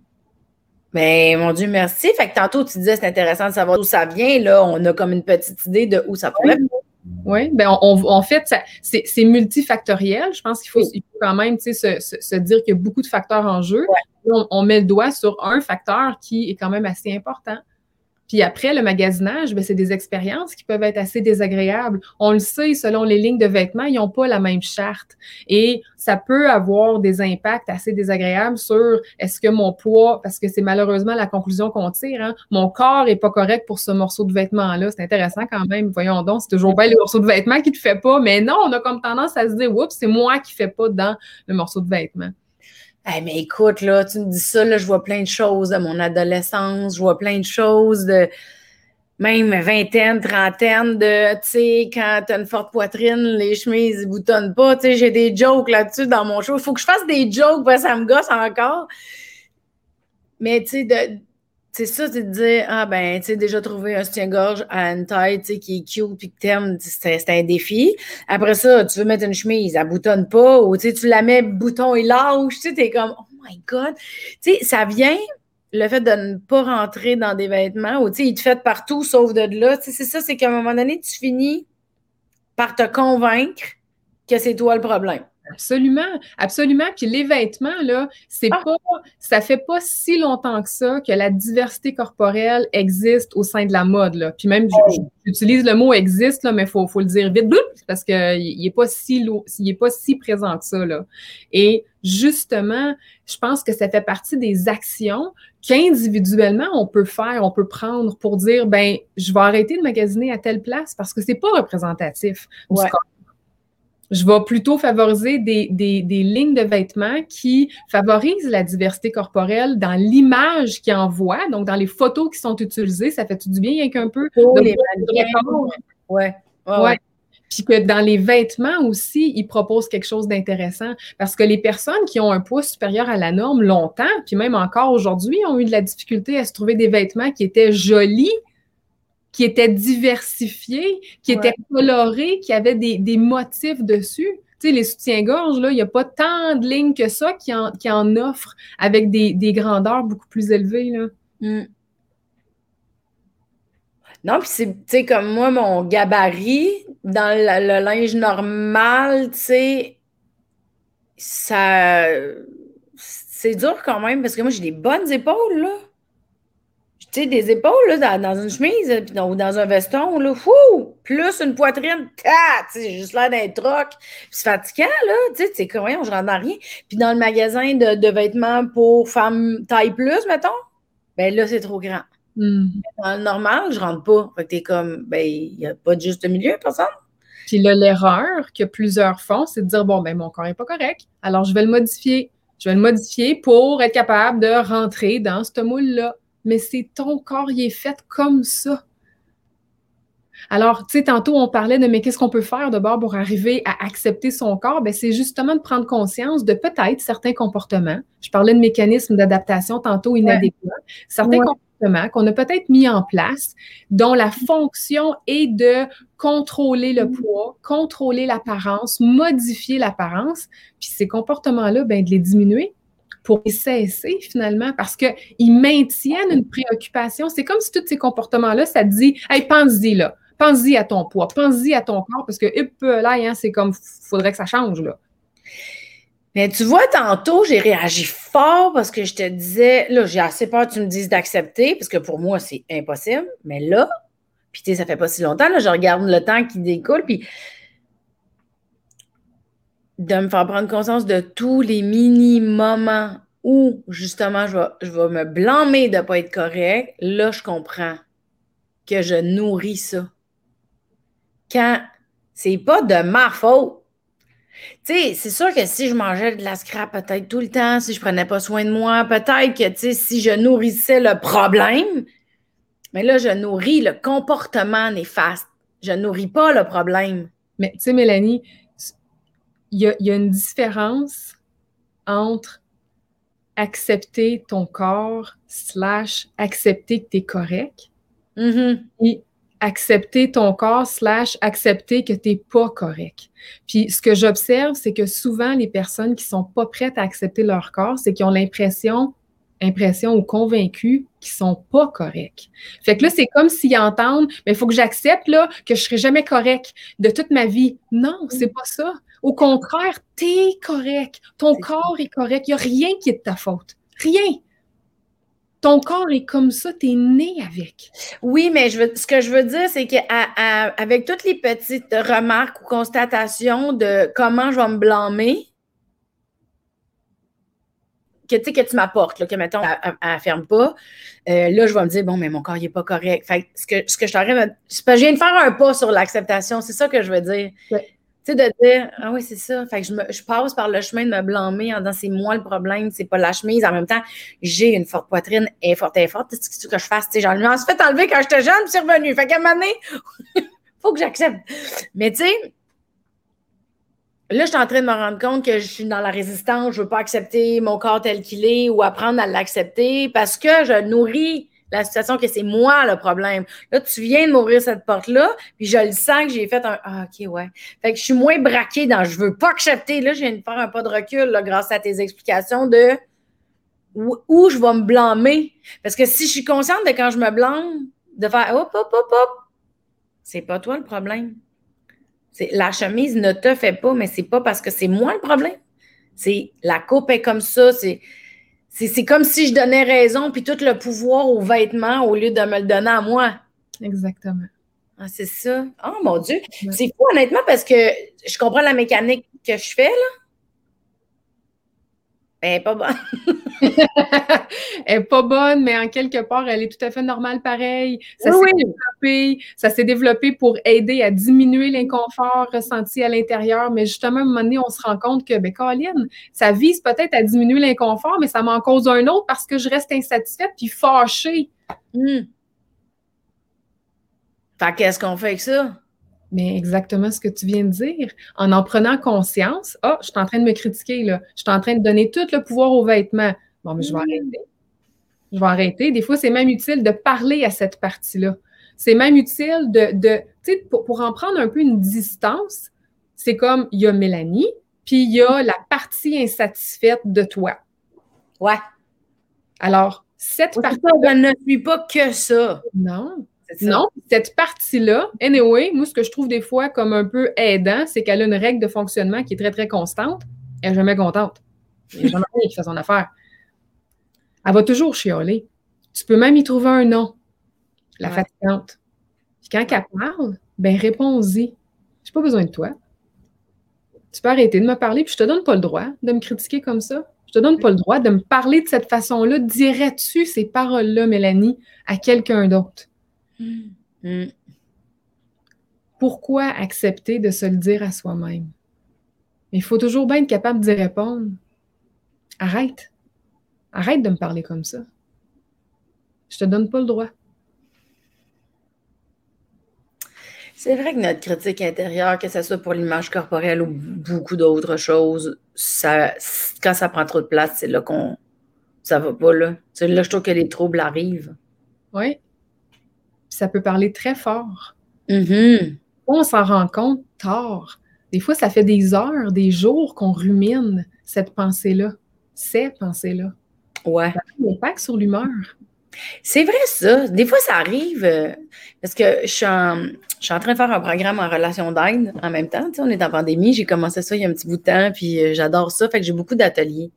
Mais mon Dieu, merci. Fait que tantôt, tu disais, c'est intéressant de savoir d'où ça vient. Là, on a comme une petite idée de où ça pourrait venir. Oui, ben en fait, c'est multifactoriel. Je pense qu'il faut quand même se dire qu'il y a beaucoup de facteurs en jeu. Ouais. On met le doigt sur un facteur qui est quand même assez important. Puis après, le magasinage, ben, c'est des expériences qui peuvent être assez désagréables. On le sait, selon les lignes de vêtements, ils n'ont pas la même charte. Et ça peut avoir des impacts assez désagréables sur est-ce que mon poids, parce que c'est malheureusement la conclusion qu'on tire, hein, mon corps est pas correct pour ce morceau de vêtement-là. C'est intéressant quand même. Voyons donc, c'est toujours bien les morceaux de vêtements qui te fait pas. Mais non, on a comme tendance à se dire, oups, c'est moi qui fais pas dans le morceau de vêtement. Hey, mais écoute, là, tu me dis ça, là, je vois plein de choses de mon adolescence, je vois plein de choses de même vingtaine, trentaine, de, tu sais, quand t'as une forte poitrine, les chemises ne boutonnent pas, tu sais, j'ai des jokes là-dessus dans mon show. Il faut que je fasse des jokes, parce que ça me gosse encore. Mais, tu sais, c'est ça, c'est de dire, ah ben, tu sais, déjà trouver un soutien-gorge à une taille, tu sais, qui est cute puis que t'aimes, c'est un défi. Après ça, tu veux mettre une chemise, elle boutonne pas, ou tu sais, tu la mets bouton et lâche, tu sais, t'es comme, oh my God. Tu sais, ça vient, le fait de ne pas rentrer dans des vêtements, ou tu sais, ils te fait partout sauf de là. Tu sais, c'est ça, c'est qu'à un moment donné, tu finis par te convaincre que c'est toi le problème. Absolument, absolument. Puis les vêtements, là, ça fait pas si longtemps que ça que la diversité corporelle existe au sein de la mode, là. Puis même, j'utilise le mot existe, là, mais faut le dire vite, parce qu'il est pas il est pas si présent que ça, là. Et justement, je pense que ça fait partie des actions qu'individuellement, on peut faire, on peut prendre pour dire, ben, je vais arrêter de magasiner à telle place parce que c'est pas représentatif du corps. Je vais plutôt favoriser des lignes de vêtements qui favorisent la diversité corporelle dans l'image qu'ils envoient, donc dans les photos qui sont utilisées. Ça fait du bien, rien qu'un peu. Les mannequins. Ouais. Puis que dans les vêtements aussi, ils proposent quelque chose d'intéressant parce que les personnes qui ont un poids supérieur à la norme longtemps, puis même encore aujourd'hui, ont eu de la difficulté à se trouver des vêtements qui étaient jolis, qui étaient diversifiés, qui étaient colorés, qui avaient des motifs dessus. Tu sais, les soutiens-gorge, là, il n'y a pas tant de lignes que ça qui en offrent avec des grandeurs beaucoup plus élevées, là. Non, puis c'est, tu sais, comme moi, mon gabarit, dans le linge normal, tu sais, c'est dur quand même, parce que moi, j'ai des bonnes épaules, là. Tu sais, des épaules, là, dans une chemise, ou dans un veston, là, fou! Plus une poitrine, tu sais, j'ai juste l'air d'un troc. Puis c'est fatigant, là, tu sais, comment je rentre dans rien. Puis dans le magasin de vêtements pour femmes taille plus, mettons, ben là, c'est trop grand. Dans le normal, je rentre pas. Fait que t'es comme, ben, il n'y a pas de juste milieu, personne. Puis là, l'erreur que plusieurs font, c'est de dire, bon, ben, mon corps n'est pas correct, alors je vais le modifier. Je vais le modifier pour être capable de rentrer dans ce moule-là. Mais c'est ton corps, il est fait comme ça. Alors, tu sais, tantôt, on parlait de, mais qu'est-ce qu'on peut faire d'abord pour arriver à accepter son corps? Ben, c'est justement de prendre conscience de peut-être certains comportements. Je parlais de mécanismes d'adaptation tantôt inadéquats. Certains comportements qu'on a peut-être mis en place, dont la fonction est de contrôler le poids, contrôler l'apparence, modifier l'apparence. Puis ces comportements-là, ben, de les diminuer pour les cesser finalement, parce qu'ils maintiennent une préoccupation. C'est comme si tous ces comportements-là, ça te dit « Hey, pense-y là, pense-y à ton poids, pense-y à ton corps, parce que là, hein, c'est comme, faudrait que ça change là. » Mais tu vois, tantôt, j'ai réagi fort parce que je te disais, là, j'ai assez peur que tu me dises d'accepter, parce que pour moi, c'est impossible. Mais là, puis tu sais, ça fait pas si longtemps, là, je regarde le temps qui découle, puis de me faire prendre conscience de tous les mini-moments où, justement, je vais me blâmer de ne pas être correct, là, je comprends que je nourris ça. Quand c'est pas de ma faute. Tu sais, c'est sûr que si je mangeais de la scrap peut-être tout le temps, si je prenais pas soin de moi, peut-être que, tu sais, si je nourrissais le problème, mais là, je nourris le comportement néfaste. Je nourris pas le problème. Mais tu sais, Mélanie, il y a une différence entre accepter ton corps / accepter que tu es correct et accepter ton corps / accepter que tu n'es pas correct. Puis ce que j'observe, c'est que souvent, les personnes qui sont pas prêtes à accepter leur corps, c'est qu'ils ont l'impression ou convaincus qu'ils sont pas corrects. Fait que là, c'est comme s'ils entendent, mais il faut que j'accepte là, que je serai jamais correct de toute ma vie. Non, c'est pas ça. Au contraire, t'es correct. Ton corps est correct. Il n'y a rien qui est de ta faute. Rien. Ton corps est comme ça, t'es né avec. Oui, mais ce que je veux dire, c'est qu'avec toutes les petites remarques ou constatations de comment je vais me blâmer, que tu m'apportes, là, que, mettons, elle ferme pas, là, je vais me dire, bon, mais mon corps, il n'est pas correct. Fait que ce que je t'arrive c'est parce que je viens de faire un pas sur l'acceptation, c'est ça que je veux dire. Ouais. Tu sais, de dire, ah oui, c'est ça. Fait que je passe par le chemin de me blâmer en disant, c'est moi le problème, c'est pas la chemise. En même temps, j'ai une forte poitrine, elle est forte. Qu'est-ce que tu veux que je fasse? Tu sais, j'en ai fait enlever quand j'étais jeune, puis c'est revenu. Fait qu'à un moment donné, faut que j'accepte. Mais tu sais, là, je suis en train de me rendre compte que je suis dans la résistance, je veux pas accepter mon corps tel qu'il est ou apprendre à l'accepter parce que je nourris la situation que c'est moi le problème. Là, tu viens de m'ouvrir cette porte-là, puis je le sens que j'ai fait un Ah, OK, ouais. Fait que je suis moins braquée dans je veux pas accepter. Là, je viens de faire un pas de recul là, grâce à tes explications de où je vais me blâmer. Parce que si je suis consciente de quand je me blâme, de faire hop, hop, hop, hop, c'est pas toi le problème. La chemise ne te fait pas, mais c'est pas parce que c'est moi le problème. C'est la coupe est comme ça. C'est comme si je donnais raison puis tout le pouvoir aux vêtements au lieu de me le donner à moi. Exactement. Ah, c'est ça. Oh mon Dieu. Ouais. C'est fou, honnêtement, parce que je comprends la mécanique que je fais, là. Elle n'est pas bonne. Elle n'est pas bonne, mais en quelque part, elle est tout à fait normale pareil. Ça s'est développé pour aider à diminuer l'inconfort ressenti à l'intérieur, mais justement, à un moment donné, on se rend compte que, Caroline, ça vise peut-être à diminuer l'inconfort, mais ça m'en cause un autre parce que je reste insatisfaite puis fâchée. Fait qu'est-ce qu'on fait avec ça? Mais exactement ce que tu viens de dire. En prenant conscience, je suis en train de me critiquer, là. Je suis en train de donner tout le pouvoir aux vêtements. Bon, mais je vais arrêter. Je vais arrêter. Des fois, c'est même utile de parler à cette partie-là. C'est même utile tu sais, pour en prendre un peu une distance, c'est comme, il y a Mélanie, puis il y a la partie insatisfaite de toi. Ouais. Alors, cette partie... Je ne suis pas que ça. Non. Non, cette partie-là, anyway, moi, ce que je trouve des fois comme un peu aidant, c'est qu'elle a une règle de fonctionnement qui est très, très constante. Elle n'est jamais contente. Il n'y a jamais rien qui fait son affaire. Elle va toujours chialer. Tu peux même y trouver un nom. La fatigante. Puis quand elle parle, réponds-y. J'ai pas besoin de toi. Tu peux arrêter de me parler, puis je te donne pas le droit de me critiquer comme ça. Je te donne pas le droit de me parler de cette façon-là. Dirais-tu ces paroles-là, Mélanie, à quelqu'un d'autre? Pourquoi accepter de se le dire à soi-même? Mais il faut toujours bien être capable d'y répondre. Arrête. Arrête de me parler comme ça. Je te donne pas le droit. C'est vrai que notre critique intérieure, que ce soit pour l'image corporelle ou beaucoup d'autres choses, quand ça prend trop de place, c'est là ça va pas, là. C'est là que je trouve que les troubles arrivent. Oui. Ça peut parler très fort. On s'en rend compte tard. Des fois, ça fait des heures, des jours qu'on rumine cette pensée-là, ces pensées-là. Ouais. Ça a un impact sur l'humeur. C'est vrai ça. Des fois, ça arrive parce que je suis en train de faire un programme en relation d'aide en même temps. Tu sais, on est en pandémie. J'ai commencé ça il y a un petit bout de temps, puis j'adore ça. Fait que j'ai beaucoup d'ateliers.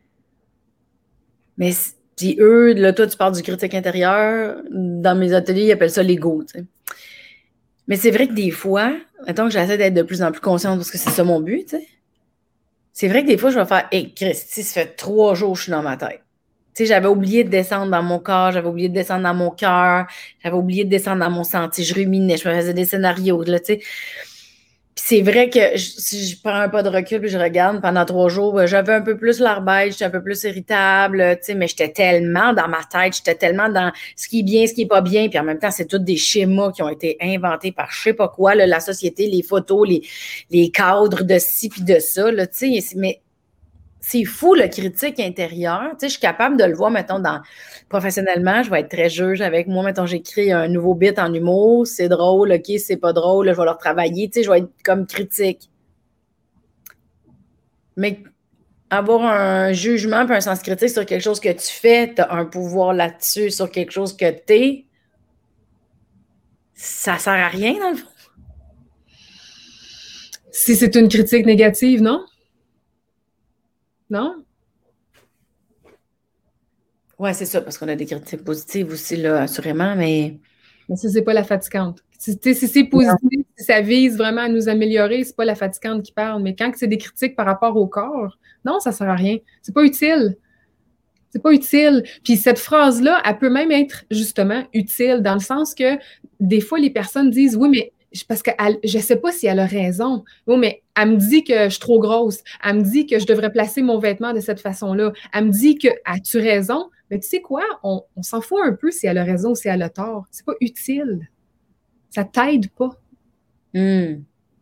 Mais puis eux, là, toi, tu parles du critique intérieur. Dans mes ateliers, ils appellent ça l'ego, tu sais. Mais c'est vrai que des fois, mettons que j'essaie d'être de plus en plus consciente parce que c'est ça mon but, tu sais. C'est vrai que des fois, je vais faire, hey, Christy, ça fait 3 jours que je suis dans ma tête. Tu sais, j'avais oublié de descendre dans mon corps, j'avais oublié de descendre dans mon cœur, j'avais oublié de descendre dans mon sentier. Je ruminais, je me faisais des scénarios, là, tu sais. Puis c'est vrai que si je prends un pas de recul et je regarde pendant 3 jours, ben, j'avais un peu plus l'arbaïge, j'étais un peu plus irritable, tu sais, mais j'étais tellement dans ma tête, j'étais tellement dans ce qui est bien, ce qui est pas bien, puis en même temps, c'est tous des schémas qui ont été inventés par je sais pas quoi, là, la société, les photos, les cadres de ci puis de ça, là, tu sais, mais c'est fou, le critique intérieur. Tu sais, je suis capable de le voir, mettons, professionnellement, je vais être très juge avec moi. Mettons, j'écris un nouveau bit en humour, c'est drôle, OK, c'est pas drôle, là, je vais le retravailler. Tu sais, je vais être comme critique. Mais avoir un jugement puis un sens critique sur quelque chose que tu fais, tu as un pouvoir là-dessus sur quelque chose que t'es, ça sert à rien, dans le fond. Si c'est une critique négative, non? Non? Ouais, c'est ça, parce qu'on a des critiques positives aussi, là, assurément, mais. Mais ça, c'est pas la fatigante. Si c'est positif, si ça vise vraiment à nous améliorer, c'est pas la fatigante qui parle. Mais quand c'est des critiques par rapport au corps, non, ça sert à rien. C'est pas utile. C'est pas utile. Puis cette phrase-là, elle peut même être justement utile dans le sens que des fois, les personnes disent, oui, mais parce que je sais pas si elle a raison. Oui, mais elle me dit que je suis trop grosse. Elle me dit que je devrais placer mon vêtement de cette façon-là. Elle me dit que, as-tu raison? Mais tu sais quoi? On s'en fout un peu si elle a raison ou si elle a tort. C'est pas utile. Ça t'aide pas. Hmm.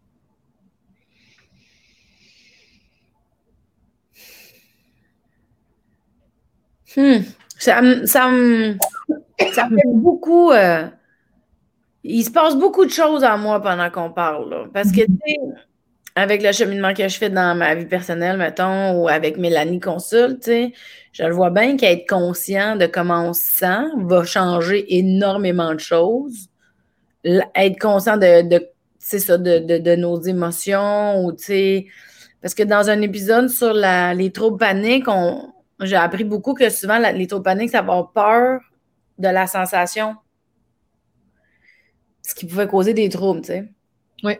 Ça me fait beaucoup. Il se passe beaucoup de choses en moi pendant qu'on parle, là. Parce que, tu sais, avec le cheminement que je fais dans ma vie personnelle, mettons, ou avec Mélanie Consul, tu sais, je le vois bien qu'être conscient de comment on se sent va changer énormément de choses. Être conscient c'est ça, de nos émotions, ou, tu sais, parce que dans un épisode sur les troubles paniques, j'ai appris beaucoup que souvent, les troubles paniques, ça va avoir peur de la sensation, ce qui pouvait causer des troubles, tu sais. Oui.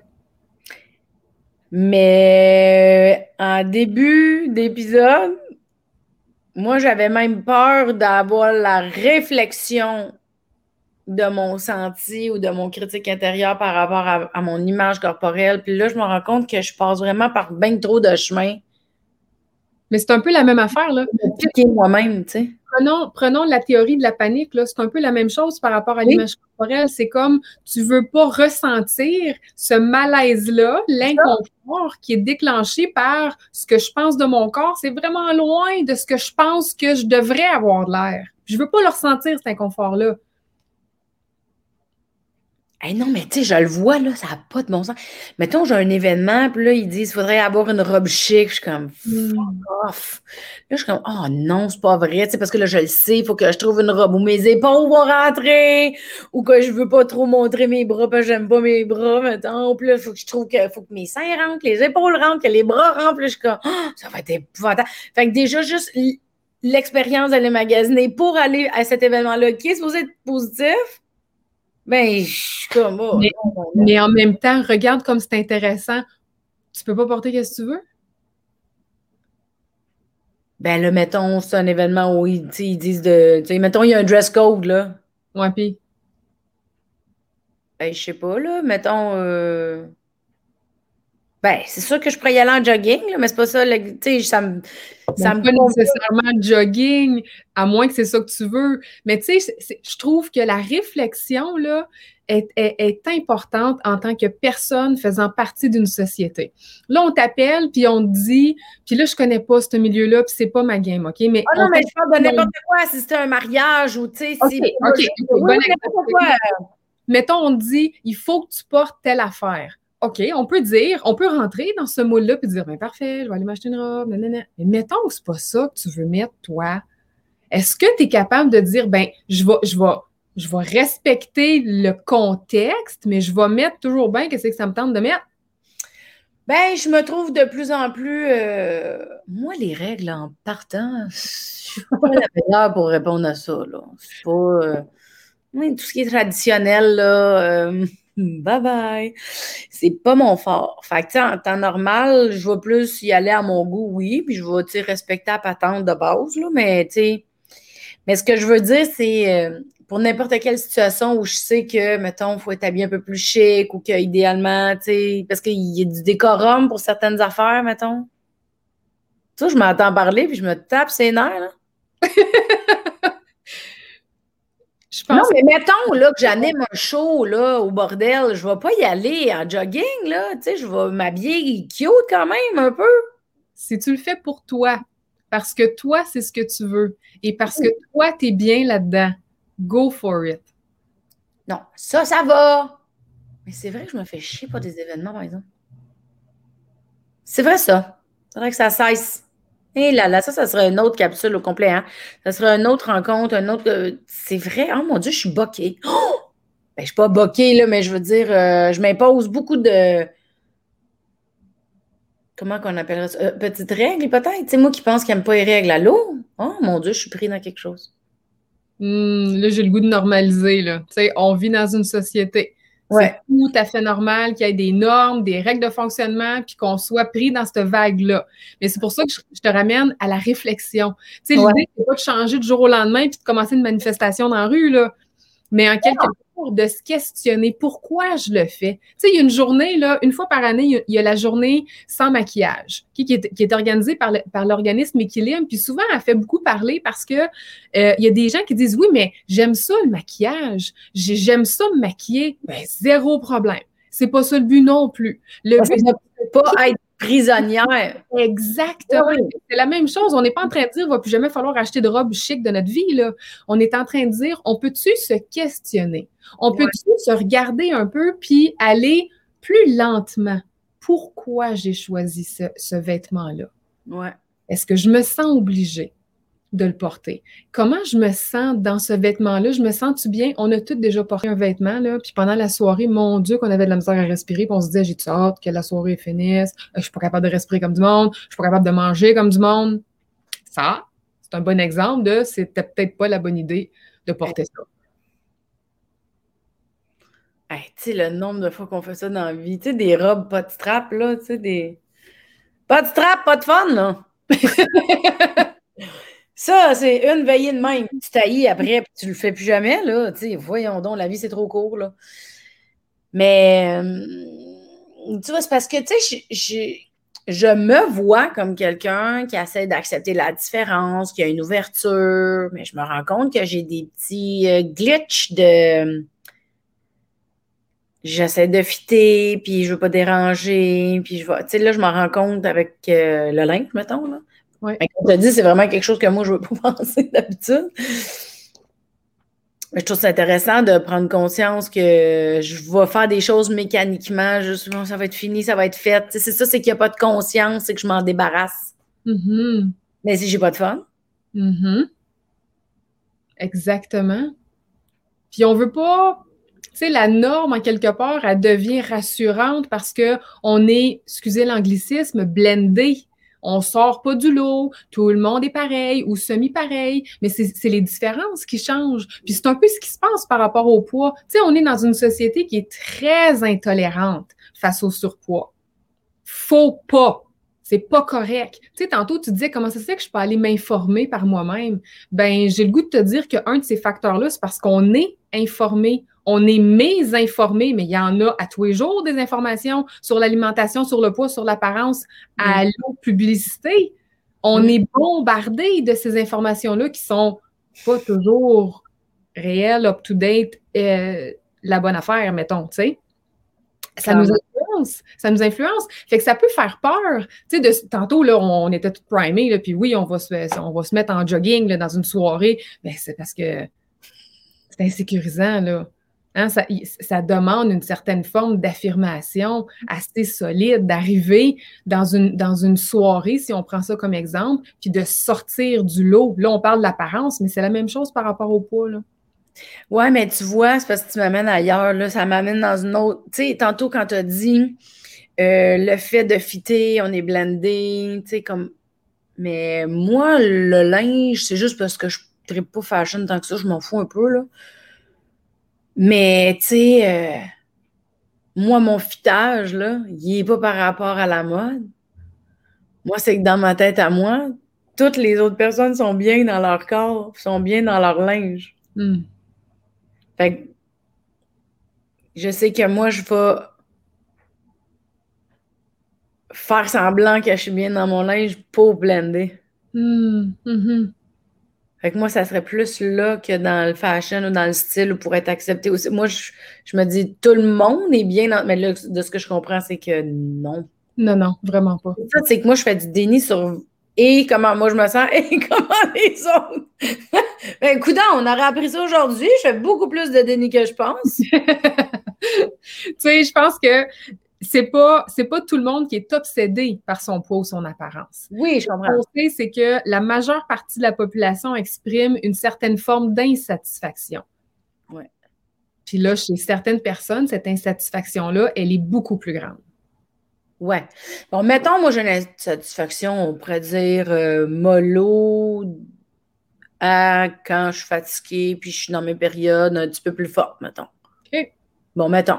Mais en début d'épisode, moi, j'avais même peur d'avoir la réflexion de mon senti ou de mon critique intérieur par rapport à mon image corporelle. Puis là, je me rends compte que je passe vraiment par bien trop de chemin Mais c'est un peu la même affaire, là. pour piquer moi-même, tu sais. Prenons la théorie de la panique, là. C'est un peu la même chose par rapport à l'image corporelle. C'est comme tu veux pas ressentir ce malaise-là, l'inconfort qui est déclenché par ce que je pense de mon corps. C'est vraiment loin de ce que je pense que je devrais avoir de l'air. Je veux pas le ressentir, cet inconfort-là. Hey non, mais tu sais, je le vois, là, ça n'a pas de bon sens. Mettons, j'ai un événement, puis là, ils disent, il faudrait avoir une robe chic. Je suis comme, fuck off. Là, je suis comme, oh non, c'est pas vrai, tu sais, parce que là, je le sais, il faut que je trouve une robe où mes épaules vont rentrer, ou que je veux pas trop montrer mes bras, parce que j'aime pas mes bras, mettons. Puis là, il faut que je trouve faut que mes seins rentrent, que les épaules rentrent, que les bras rentrent. Puis là, je suis comme, oh, ça va être épouvantable. Fait que déjà, juste l'expérience d'aller magasiner pour aller à cet événement-là, qui est supposé être positif, ben, je suis comme, oh, mais en même temps, regarde comme c'est intéressant. Tu peux pas porter ce que tu veux? Ben là, mettons, c'est un événement où ils disent mettons, il y a un dress code, là. Ouais, puis. Ben, je sais pas, là, mettons, ben, c'est sûr que je pourrais y aller en jogging, là, mais c'est pas ça, tu sais, ça me pas nécessairement jogging, à moins que c'est ça que tu veux. Mais tu sais, je trouve que la réflexion, là, est importante en tant que personne faisant partie d'une société. Là, on t'appelle, puis on te dit, puis là, je connais pas ce milieu-là, puis c'est pas ma game, OK? Mais non, mais je parle de n'importe quoi, si c'était un mariage ou, tu sais, OK, oui, n'importe quoi. Mettons, on te dit, il faut que tu portes telle affaire. OK, on peut rentrer dans ce moule-là puis dire, ben parfait, je vais aller m'acheter une robe, nanana. Mais mettons que c'est pas ça que tu veux mettre, toi. Est-ce que tu es capable de dire, ben, je vais respecter le contexte, mais je vais mettre toujours bien qu'est-ce que ça me tente de mettre? Ben, je me trouve de plus en plus. Moi, les règles en partant, je suis pas la meilleure pour répondre à ça, là. C'est pas. Oui, tout ce qui est traditionnel, là, bye bye. C'est pas mon fort. Fait que, tu sais, en temps normal, je vais plus y aller à mon goût, oui, puis je vais, tu sais, respecter la patente de base, là, mais, tu sais. Mais ce que je veux dire, c'est pour n'importe quelle situation où je sais que, mettons, il faut être habillé un peu plus chic ou qu'idéalement, tu sais, parce qu'il y a du décorum pour certaines affaires, mettons. Tu sais, je m'entends parler puis je me tape ses nerfs, là. Je Non, pense mais mettons, là, que j'anime un show, là, au bordel, je vais pas y aller en jogging, là, tu sais, je vais m'habiller cute quand même, un peu. si tu le fais pour toi, parce que toi, c'est ce que tu veux, et parce que toi, tu es bien là-dedans, go for it. Non, ça va. Mais c'est vrai que je me fais chier pour des événements, par exemple. C'est vrai, ça. Faudrait que ça cesse. Et là, ça serait une autre capsule au complet, hein? Ça serait une autre rencontre, un autre. C'est vrai. Oh mon Dieu, je suis boquée. Oh! Ben, je suis pas boquée, là, mais je veux dire, je m'impose beaucoup de. Comment qu'on appellerait ça? Petites règles, peut-être. Tu sais, moi qui pense qu'il n'aime pas les règles. Allô? Oh mon Dieu, je suis pris dans quelque chose. Là, j'ai le goût de normaliser, là. Tu sais, on vit dans une société. C'est Ouais. tout à fait normal qu'il y ait des normes, des règles de fonctionnement, puis qu'on soit pris dans cette vague-là. Mais c'est pour ça que je te ramène à la réflexion. Tu sais, Ouais. l'idée, c'est pas de changer du jour au lendemain puis de commencer une manifestation dans la rue, là. Mais en quelque sorte, de se questionner pourquoi je le fais. Tu sais, il y a une journée, là, une fois par année, il y a la journée sans maquillage, qui est organisée par l'organisme Equilibre. Puis souvent, elle fait beaucoup parler parce que il y a des gens qui disent oui, mais j'aime ça le maquillage, j'aime ça me maquiller. Ben, zéro problème. C'est pas ça le but non plus. Le Parce que but, je ne peux pas être prisonnière. exactement. Oui. C'est la même chose. On n'est pas en train de dire, il va plus jamais falloir acheter de robes chic de notre vie, là. On est en train de dire, on peut-tu se questionner? On peut-tu se regarder un peu puis aller plus lentement? Pourquoi j'ai choisi ce vêtement-là? Ouais. Est-ce que je me sens obligée de le porter? Comment je me sens dans ce vêtement-là? Je me sens-tu bien? On a tous déjà porté un vêtement, là, puis pendant la soirée, mon Dieu, qu'on avait de la misère à respirer, puis on se disait, j'ai-tu hâte que la soirée finisse? Je suis pas capable de respirer comme du monde, je suis pas capable de manger comme du monde. Ça, c'est un bon exemple de c'était peut-être pas la bonne idée de porter ça. Hey, tu sais, le nombre de fois qu'on fait ça dans la vie, tu sais, des robes pas de strap, là, tu sais, des. Pas de strap, pas de fun, là. Ça, c'est une veillée de même. Tu taillis après, puis tu le fais plus jamais, là. Tu sais, voyons donc, la vie, c'est trop court, là. Mais, tu vois, c'est parce que, tu sais, je me vois comme quelqu'un qui essaie d'accepter la différence, qui a une ouverture, mais je me rends compte que j'ai des petits glitches de. J'essaie de fitter, puis je veux pas déranger, puis je vais. Tu sais, là, je m'en rends compte avec le linge, mettons, là. Ouais. Mais comme je te dis, c'est vraiment quelque chose que moi, je veux pas penser d'habitude. Mais je trouve ça intéressant de prendre conscience que je vais faire des choses mécaniquement, juste, bon, ça va être fini, ça va être fait. Tu sais, c'est ça, c'est qu'il n'y a pas de conscience, c'est que je m'en débarrasse. Mm-hmm. Mais si j'ai pas de fun. Mm-hmm. Exactement. Puis on veut pas, tu sais, la norme, en quelque part, elle devient rassurante parce que on est, excusez l'anglicisme, blendé. On sort pas du lot, tout le monde est pareil ou semi-pareil, mais c'est les différences qui changent. Puis c'est un peu ce qui se passe par rapport au poids. Tu sais, on est dans une société qui est très intolérante face au surpoids. Faut pas. C'est pas correct. Tu sais, tantôt, tu disais comment ça se fait que je peux aller m'informer par moi-même. Ben, j'ai le goût de te dire qu'un de ces facteurs-là, c'est parce qu'on est informé. On est mésinformé, mais il y en a à tous les jours des informations sur l'alimentation, sur le poids, sur l'apparence, à l'eau publicité. On est bombardé de ces informations-là qui sont pas toujours réelles, up-to-date, la bonne affaire, mettons, tu sais. Ça nous influence. Ça nous influence. Fait que ça peut faire peur. Tu sais, tantôt, là, on était tout primés, là, puis oui, on va se mettre en jogging là, dans une soirée. Ben, c'est parce que c'est insécurisant, là. Hein, ça demande une certaine forme d'affirmation assez solide, d'arriver dans une soirée, si on prend ça comme exemple, puis de sortir du lot. Là, on parle de l'apparence, mais c'est la même chose par rapport au poids, là. Ouais, mais tu vois, c'est parce que tu m'amènes ailleurs, là. Ça m'amène dans une autre. Tu sais, tantôt, quand tu as dit le fait de fitter, on est blendé, tu sais, comme. Mais moi, le linge, c'est juste parce que je ne pas fashion tant que ça, je m'en fous un peu, là. Mais, tu sais, moi, mon fitage, là, il n'est pas par rapport à la mode. Moi, c'est que dans ma tête à moi, toutes les autres personnes sont bien dans leur corps, sont bien dans leur linge. Mm. Fait que je sais que moi, je vais faire semblant que je suis bien dans mon linge pour blender. Mm. Mm-hmm. Fait que moi, ça serait plus là que dans le fashion ou dans le style ou pour être accepté aussi. Moi, je me dis, tout le monde est bien dans. Mais là, de ce que je comprends, c'est que non. Non, non, vraiment pas. Ça, c'est que moi, je fais du déni sur et comment moi je me sens et comment les autres. Ben, écoute, on aurait appris ça aujourd'hui. Je fais beaucoup plus de déni que je pense. Tu sais, je pense que c'est pas tout le monde qui est obsédé par son poids ou son apparence. Oui, je Ce comprends. qu'on sait, c'est que la majeure partie de la population exprime une certaine forme d'insatisfaction. Ouais. Puis là, chez certaines personnes, cette insatisfaction-là, elle est beaucoup plus grande. Ouais. Bon, mettons, moi, j'ai une insatisfaction, on pourrait dire mollo à quand je suis fatiguée puis je suis dans mes périodes un petit peu plus fortes, mettons. OK. Bon, mettons.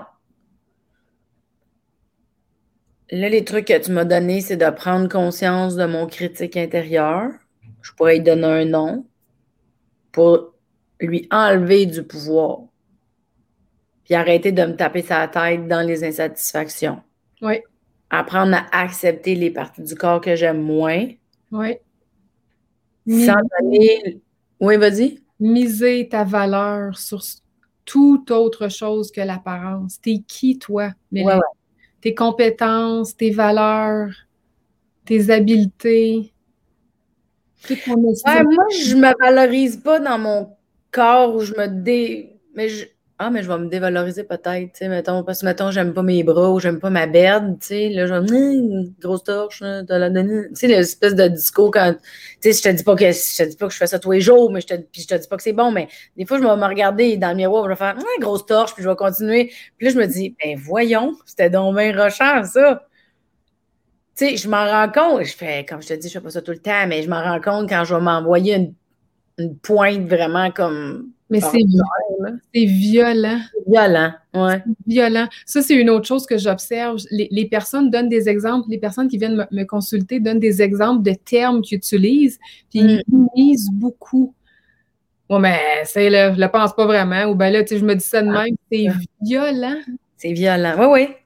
Là, les trucs que tu m'as donnés, c'est de prendre conscience de mon critique intérieur. Je pourrais lui donner un nom pour lui enlever du pouvoir. Puis arrêter de me taper sa tête dans les insatisfactions. Oui. Apprendre à accepter les parties du corps que j'aime moins. Oui. Sans donner. Oui, vas-y. Miser ta valeur sur toute autre chose que l'apparence. T'es qui, toi, Ouais, Mélanie? Tes compétences, tes valeurs, tes habiletés, toute ton Ouais, estime. moi, je me valorise pas dans mon corps où je me mais mais je vais me dévaloriser peut-être, tu sais, mettons, parce que, mettons, j'aime pas mes bras ou j'aime pas ma berde, tu sais, là, je vais grosse torche, là, de la donner. Tu sais, l'espèce de discours quand, tu sais, je te dis pas que je fais ça tous les jours, mais puis je te dis pas que c'est bon, mais des fois, je vais me regarder dans le miroir, je vais faire, grosse torche, puis je vais continuer. Puis là, je me dis, ben, voyons, c'était donc bien rochant, ça. Tu sais, je m'en rends compte, je fais, comme je te dis, je fais pas ça tout le temps, mais je m'en rends compte quand je vais m'envoyer une pointe vraiment comme Mais c'est violent. violent, ouais. Violent. Ça, c'est une autre chose que j'observe. Les personnes donnent des exemples, les personnes qui viennent me consulter donnent des exemples de termes qu'ils utilisent, puis ils minimisent beaucoup. Bon, mais c'est je le pense pas vraiment. Ou ben là, tu sais, je me dis ça de même, c'est violent. C'est violent, oui, oui.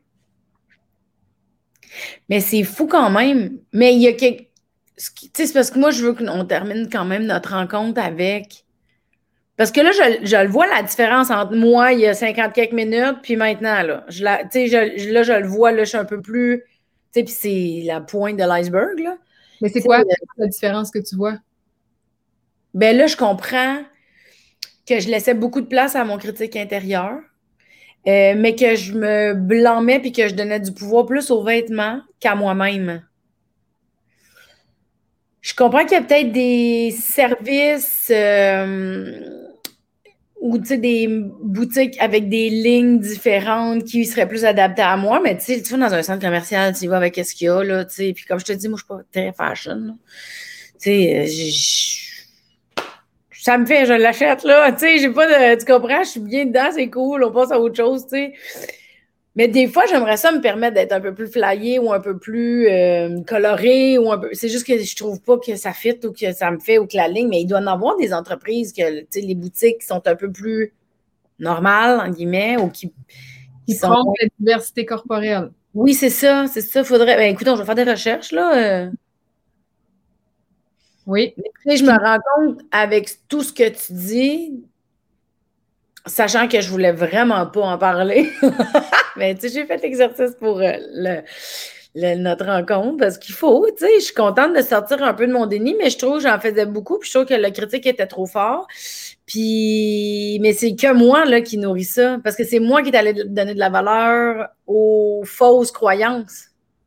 Mais c'est fou quand même. Mais il y a quelque. Tu sais, c'est parce que moi, je veux qu'on termine quand même notre rencontre avec. Parce que là, je le vois la différence entre moi il y a 50 quelques minutes, puis maintenant, là. Tu sais, là, je le vois, là, je suis un peu plus. Tu sais, puis c'est la pointe de l'iceberg, là. Mais c'est quoi la différence que tu vois? Ben là, je comprends que je laissais beaucoup de place à mon critique intérieur, mais que je me blâmais puis que je donnais du pouvoir plus aux vêtements qu'à moi-même. Je comprends qu'il y a peut-être des services ou des boutiques avec des lignes différentes qui seraient plus adaptées à moi, mais tu vas dans un centre commercial, tu y vas avec ce qu'il y a, là, puis comme je te dis, moi, je suis pas très fashion. Ça me fait, je l'achète, là. J'ai pas de. Tu comprends? Je suis bien dedans, c'est cool, on passe à autre chose, tu sais. Mais des fois, j'aimerais ça me permettre d'être un peu plus flyé ou un peu plus coloré ou un peu. C'est juste que je trouve pas que ça fit ou que ça me fait ou que la ligne, mais il doit y en avoir des entreprises que, les boutiques sont un peu plus normales, en guillemets, ou qui sont. Prônent la diversité corporelle. Oui, c'est ça, c'est ça. Faudrait. Ben, écoute, je vais faire des recherches, là. Oui. Mais je me rends compte avec tout ce que tu dis, sachant que je voulais vraiment pas en parler. Mais tu sais, j'ai fait l'exercice pour notre rencontre parce qu'il faut, tu sais, je suis contente de sortir un peu de mon déni, mais je trouve que j'en faisais beaucoup, puis je trouve que la critique était trop fort. Puis, mais c'est que moi, là, qui nourrit ça, parce que c'est moi qui est allé donner de la valeur aux fausses croyances.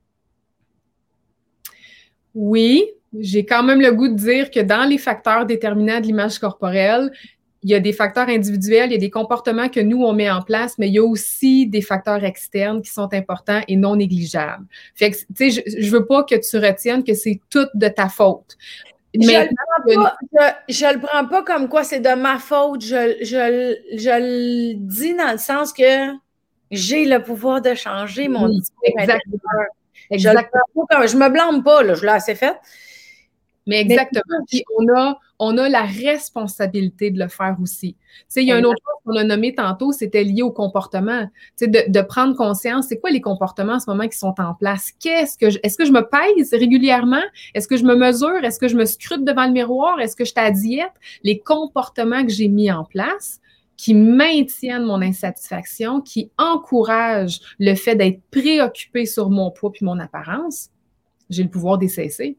Oui, j'ai quand même le goût de dire que dans les facteurs déterminants de l'image corporelle, il y a des facteurs individuels, il y a des comportements que nous, on met en place, mais il y a aussi des facteurs externes qui sont importants et non négligeables. Fait que, tu sais, je veux pas que tu retiennes que c'est tout de ta faute. Mais je le prends pas comme quoi c'est de ma faute. Je le dis dans le sens que j'ai le pouvoir de changer mon discours exactement. Je me blâme pas, là, je l'ai assez fait. Mais exactement. Puis on a la responsabilité de le faire aussi. Tu sais, il y a un autre chose qu'on a nommé tantôt, c'était lié au comportement. Tu sais, de prendre conscience, c'est quoi les comportements en ce moment qui sont en place? Est-ce que je me pèse régulièrement? Est-ce que je me mesure? Est-ce que je me scrute devant le miroir? Est-ce que je suis à diète? Les comportements que j'ai mis en place qui maintiennent mon insatisfaction, qui encouragent le fait d'être préoccupé sur mon poids puis mon apparence, j'ai le pouvoir de les cesser.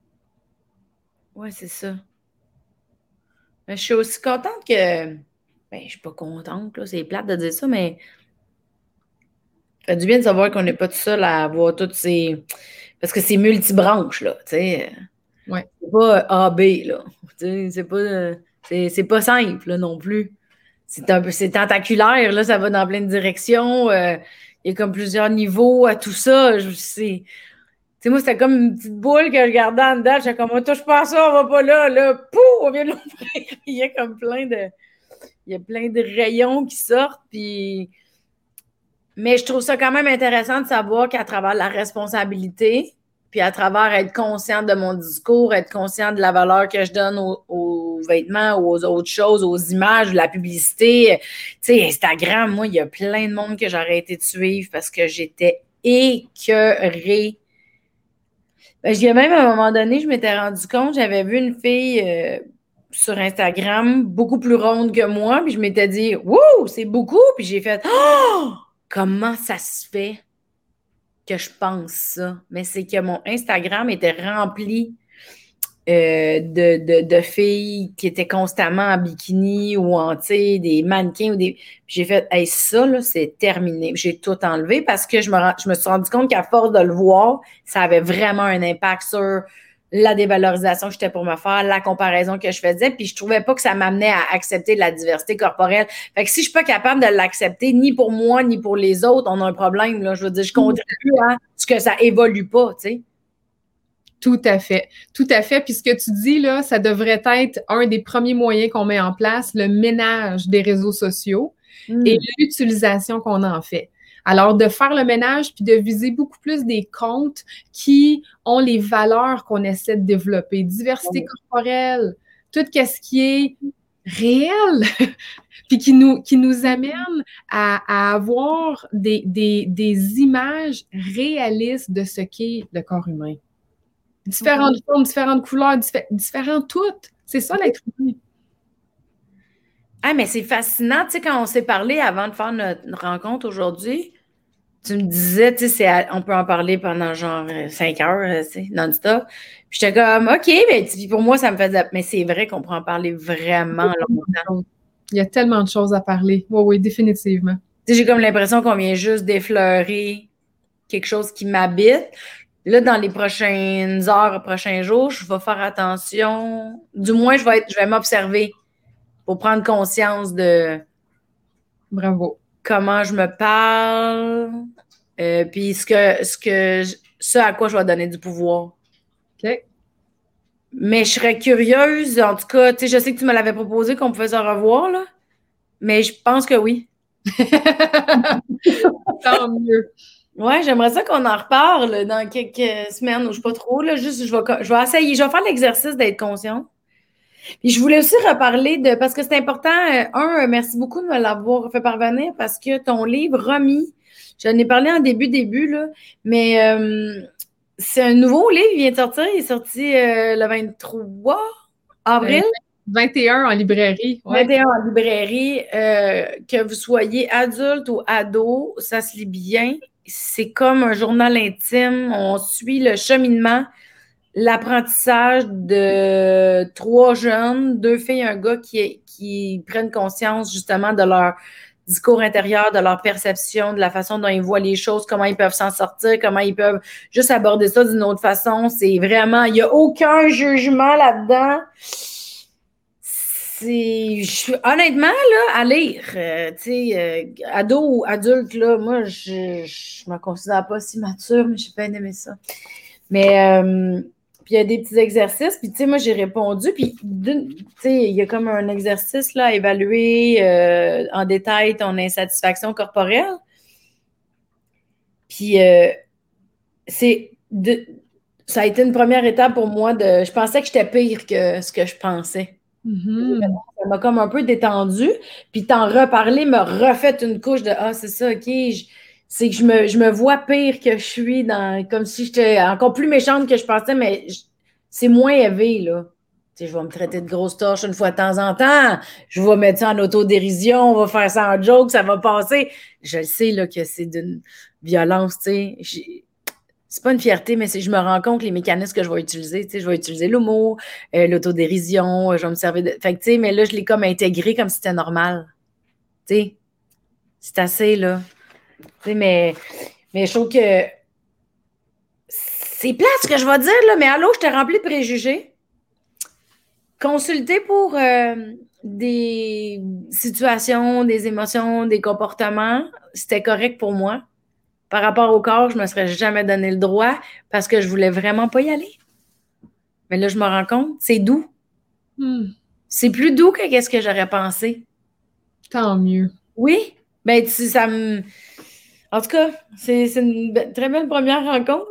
Oui, c'est ça. Mais je suis aussi contente que. Ben, je suis pas contente, là, c'est plate de dire ça, mais ça fait du bien de savoir qu'on n'est pas tout seul à avoir toutes ces. Parce que c'est multibranches, là, tu sais. Ouais. C'est pas A, B, là. Tu sais, c'est pas simple, là, non plus. C'est tentaculaire, là, ça va dans plein de directions. Il y a comme plusieurs niveaux à tout ça. Tu sais, moi, c'était comme une petite boule que je gardais en dedans. J'étais comme, on touche pas à ça, on va pas là, là. Pouf, on vient de l'ouvrir. Il y a comme il y a plein de rayons qui sortent. Mais je trouve ça quand même intéressant de savoir qu'à travers la responsabilité, puis à travers être consciente de mon discours, être consciente de la valeur que je donne aux vêtements, aux autres choses, aux images, de la publicité. Tu sais, Instagram, moi, il y a plein de monde que j'ai arrêté de suivre parce que j'étais écœurée. Ben, même à un moment donné, je m'étais rendu compte, j'avais vu une fille sur Instagram beaucoup plus ronde que moi, puis je m'étais dit, wouh, c'est beaucoup, puis j'ai fait, oh, comment ça se fait que je pense ça? Mais c'est que mon Instagram était rempli de filles qui étaient constamment en bikini ou en, tu sais, des mannequins ou des. Puis j'ai fait, hey, ça, là, c'est terminé. J'ai tout enlevé parce que je me suis rendu compte qu'à force de le voir, ça avait vraiment un impact sur la dévalorisation que j'étais pour me faire, la comparaison que je faisais, puis je trouvais pas que ça m'amenait à accepter la diversité corporelle. Fait que si je suis pas capable de l'accepter, ni pour moi, ni pour les autres, on a un problème, là. Je veux dire, je contribue à ce que ça évolue pas, tu sais. Tout à fait. Tout à fait. Puis ce que tu dis, là, ça devrait être un des premiers moyens qu'on met en place, le ménage des réseaux sociaux et l'utilisation qu'on en fait. Alors, de faire le ménage puis de viser beaucoup plus des comptes qui ont les valeurs qu'on essaie de développer. Diversité corporelle, tout ce qui est réel, puis qui nous amène à avoir des images réalistes de ce qu'est le corps humain. Différentes formes, différentes couleurs, différentes toutes. C'est ça l'être humain. Ah, mais c'est fascinant. Tu sais, quand on s'est parlé avant de faire notre rencontre aujourd'hui, tu me disais, tu sais, on peut en parler pendant genre 5 heures, tu sais, non-stop. Puis j'étais comme, OK, mais pour moi, ça me faisait. Mais c'est vrai qu'on peut en parler vraiment longtemps. Il y a tellement de choses à parler. Oui, oui, définitivement. Tu sais, j'ai comme l'impression qu'on vient juste d'effleurer quelque chose qui m'habite. Là, dans les prochaines heures, prochains jours, je vais faire attention. Du moins, je vais m'observer pour prendre conscience de Bravo. comment je me parle, puis ce à quoi je vais donner du pouvoir. OK. Mais je serais curieuse, en tout cas, tu sais, je sais que tu me l'avais proposé qu'on pouvait se revoir, là, mais je pense que oui. Tant mieux. Ouais, j'aimerais ça qu'on en reparle dans quelques semaines ou je sais pas trop, là, juste je vais essayer, je vais faire l'exercice d'être consciente. Puis je voulais aussi reparler parce que c'est important, merci beaucoup de me l'avoir fait parvenir parce que ton livre Remis, j'en ai parlé en début, là, mais c'est un nouveau livre, il vient de sortir, il est sorti le 23 avril. 21 en librairie. Ouais. 21 en librairie, que vous soyez adulte ou ado, ça se lit bien c'est comme un journal intime. On suit le cheminement, l'apprentissage de 3 jeunes, 2 filles et un gars qui prennent conscience justement de leur discours intérieur, de leur perception, de la façon dont ils voient les choses, comment ils peuvent s'en sortir, comment ils peuvent juste aborder ça d'une autre façon. C'est vraiment, il n'y a aucun jugement là-dedans. Honnêtement, là, à lire, ado ou adulte, là, moi, je me considère pas si mature, mais j'ai pas aimé ça. Mais, puis il y a des petits exercices, puis tu sais, moi, j'ai répondu, puis tu sais, il y a comme un exercice, là, à évaluer en détail ton insatisfaction corporelle. Puis, ça a été une première étape pour moi je pensais que j'étais pire que ce que je pensais. Ça m'a comme un peu détendu. Puis t'en reparler me refait une couche de c'est ça, OK. C'est que je me vois pire que je suis comme si j'étais encore plus méchante que je pensais, mais c'est moins élevé, là. Tu sais, je vais me traiter de grosse torche une fois de temps en temps. Je vais mettre ça en autodérision, on va faire ça en joke, ça va passer. Je le sais, là, que c'est d'une violence, tu sais. C'est pas une fierté, mais je me rends compte les mécanismes que je vais utiliser. Tu sais, je vais utiliser l'humour, l'autodérision, je vais me servir de. Fait que, tu sais, mais là, je l'ai comme intégré comme si c'était normal. Tu sais, c'est assez, là. Tu sais, mais je trouve que c'est plate ce que je vais dire, là, mais allô, je t'ai rempli de préjugés. Consulter pour des situations, des émotions, des comportements, c'était correct pour moi. Par rapport au corps, je me serais jamais donné le droit parce que je voulais vraiment pas y aller. Mais là, je me rends compte, c'est doux. C'est plus doux que qu'est-ce que j'aurais pensé. Tant mieux. Oui, ben ça me... En tout cas, c'est une très belle première rencontre.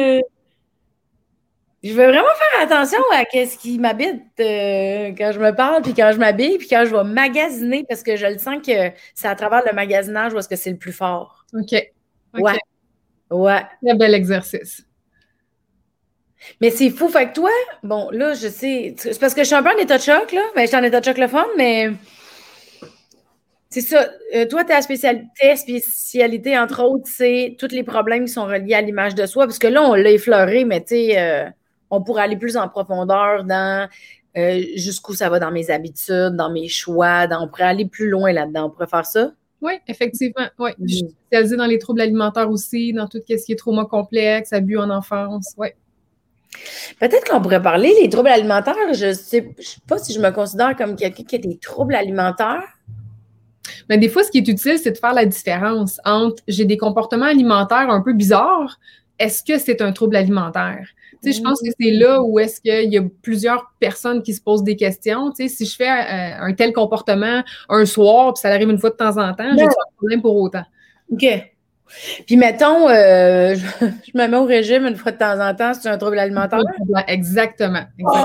Je vais vraiment faire attention à ce qui m'habite quand je me parle, puis quand je m'habille, puis quand je vais magasiner, parce que je le sens que c'est à travers le magasinage où est-ce que c'est le plus fort. OK. Ouais. Ouais. Très bel exercice. Mais c'est fou. Fait que toi, bon, là, je sais, c'est parce que je suis un peu en état de choc, là. Ben, je suis en état de choc le fun, mais c'est ça. Toi, ta spécialité, entre autres, c'est tous les problèmes qui sont reliés à l'image de soi. Parce que là, on l'a effleuré, mais tu sais, on pourrait aller plus en profondeur dans jusqu'où ça va dans mes habitudes, dans mes choix. On pourrait aller plus loin là-dedans. On pourrait faire ça? Oui, effectivement. Oui. Je suis spécialisée dans les troubles alimentaires aussi, dans tout ce qui est trauma complexe, abus en enfance. Oui. Peut-être qu'on pourrait parler des troubles alimentaires. Je sais pas si je me considère comme quelqu'un qui a des troubles alimentaires. Mais des fois, ce qui est utile, c'est de faire la différence entre j'ai des comportements alimentaires un peu bizarres. Est-ce que c'est un trouble alimentaire? Tu sais, je pense que c'est là où est-ce qu'il y a plusieurs personnes qui se posent des questions. Tu sais, si je fais un tel comportement un soir, puis ça arrive une fois de temps en temps, j'ai pas de problème pour autant. OK. Puis mettons, je me mets au régime une fois de temps en temps, c'est un trouble alimentaire? Exactement.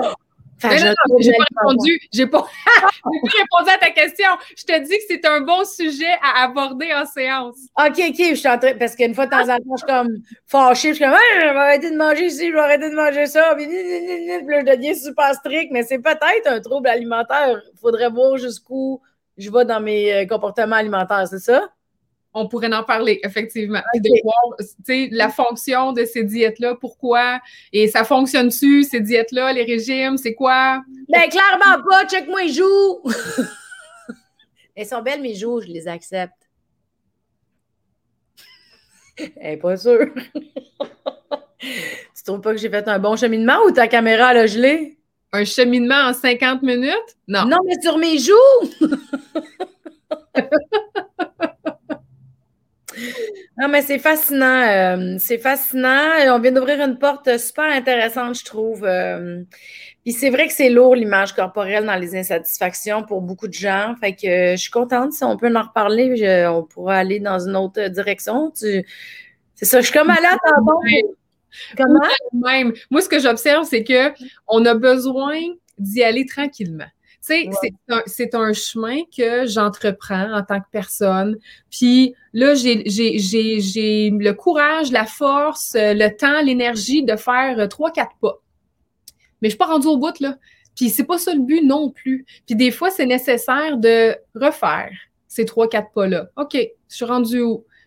J'ai pas répondu à ta question. Je te dis que c'est un bon sujet à aborder en séance. OK, je suis en train, parce qu'une fois de temps en temps, je suis comme fâchée, je suis comme, je vais arrêter de manger ici, je vais arrêter de manger ça, puis là, je deviens super strict, mais c'est peut-être un trouble alimentaire. Il faudrait voir jusqu'où je vais dans mes comportements alimentaires, c'est ça? On pourrait en parler, effectivement. Okay. De voir la fonction de ces diètes-là, pourquoi, et ça fonctionne-tu, ces diètes-là, les régimes, c'est quoi? Ben, clairement pas, check-moi les joues! Elles sont belles, mes joues, je les accepte. Elle est pas sûre. Tu trouves pas que j'ai fait un bon cheminement ou ta caméra a gelé? Un cheminement en 50 minutes? Non. Non, mais sur mes joues! Non, mais c'est fascinant. C'est fascinant. On vient d'ouvrir une porte super intéressante, je trouve. Puis c'est vrai que c'est lourd, l'image corporelle dans les insatisfactions pour beaucoup de gens. Fait que je suis contente. Si on peut en reparler, on pourra aller dans une autre direction. C'est ça, je suis comme allée à tendon. Comment? Même. Moi, ce que j'observe, c'est qu'on a besoin d'y aller tranquillement. Tu sais, c'est un chemin que j'entreprends en tant que personne. Puis là, j'ai le courage, la force, le temps, l'énergie de faire 3-4 pas. Mais je suis pas rendue au bout, là. Puis c'est pas ça le but non plus. Puis des fois, c'est nécessaire de refaire ces 3-4 pas-là. OK, je suis rendue où?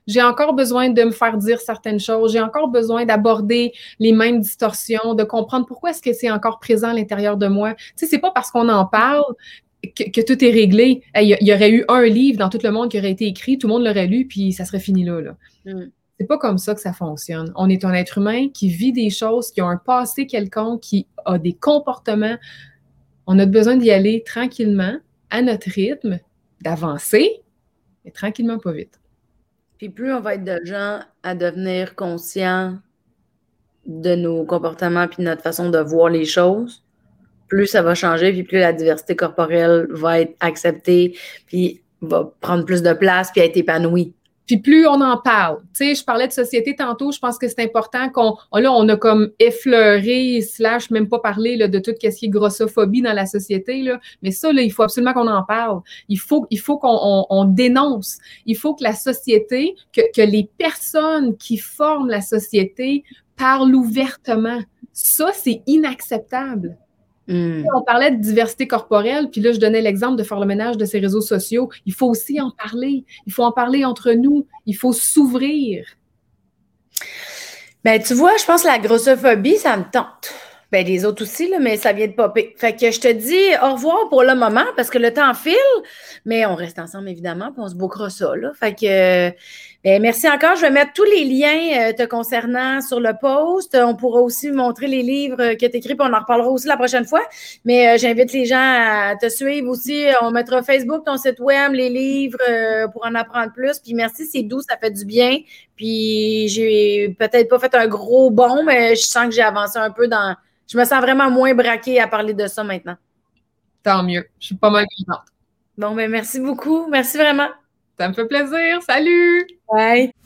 J'ai encore besoin de me faire dire certaines choses. J'ai encore besoin d'aborder les mêmes distorsions, de comprendre pourquoi est-ce que c'est encore présent à l'intérieur de moi. Tu sais, c'est pas parce qu'on en parle que tout est réglé. Il y aurait eu un livre dans tout le monde qui aurait été écrit, tout le monde l'aurait lu, puis ça serait fini là. C'est pas comme ça que ça fonctionne. On est un être humain qui vit des choses, qui a un passé quelconque, qui a des comportements. On a besoin d'y aller tranquillement, à notre rythme, d'avancer, mais tranquillement, pas vite. Puis plus on va être de gens à devenir conscients de nos comportements puis de notre façon de voir les choses, plus ça va changer, puis plus la diversité corporelle va être acceptée, puis va prendre plus de place, puis être épanouie. Puis plus on en parle. Tu sais, je parlais de société tantôt, je pense que c'est important on a comme effleuré, / même pas parlé là, de tout ce qui est grossophobie dans la société, là. Mais ça, là, il faut absolument qu'on en parle. Il faut qu'on dénonce. Il faut que la société, que les personnes qui forment la société parlent ouvertement. Ça, c'est inacceptable. On parlait de diversité corporelle, puis là, je donnais l'exemple de faire le ménage de ces réseaux sociaux. Il faut aussi en parler. Il faut en parler entre nous. Il faut s'ouvrir. Ben, tu vois, je pense que la grossophobie, ça me tente. Ben, les autres aussi, là, mais ça vient de popper. Fait que je te dis au revoir pour le moment parce que le temps file, mais on reste ensemble, évidemment, puis on se bouquera ça, là. Fait que, ben, merci encore. Je vais mettre tous les liens te concernant sur le post. On pourra aussi montrer les livres que tu écris, puis on en reparlera aussi la prochaine fois. Mais j'invite les gens à te suivre aussi. On mettra Facebook, ton site web, les livres pour en apprendre plus. Puis merci, c'est doux, ça fait du bien. Puis j'ai peut-être pas fait un gros bond, mais je sens que j'ai avancé un peu dans... Je me sens vraiment moins braquée à parler de ça maintenant. Tant mieux. Je suis pas mal contente. Bon, ben merci beaucoup. Merci vraiment. Ça me fait plaisir. Salut! Bye!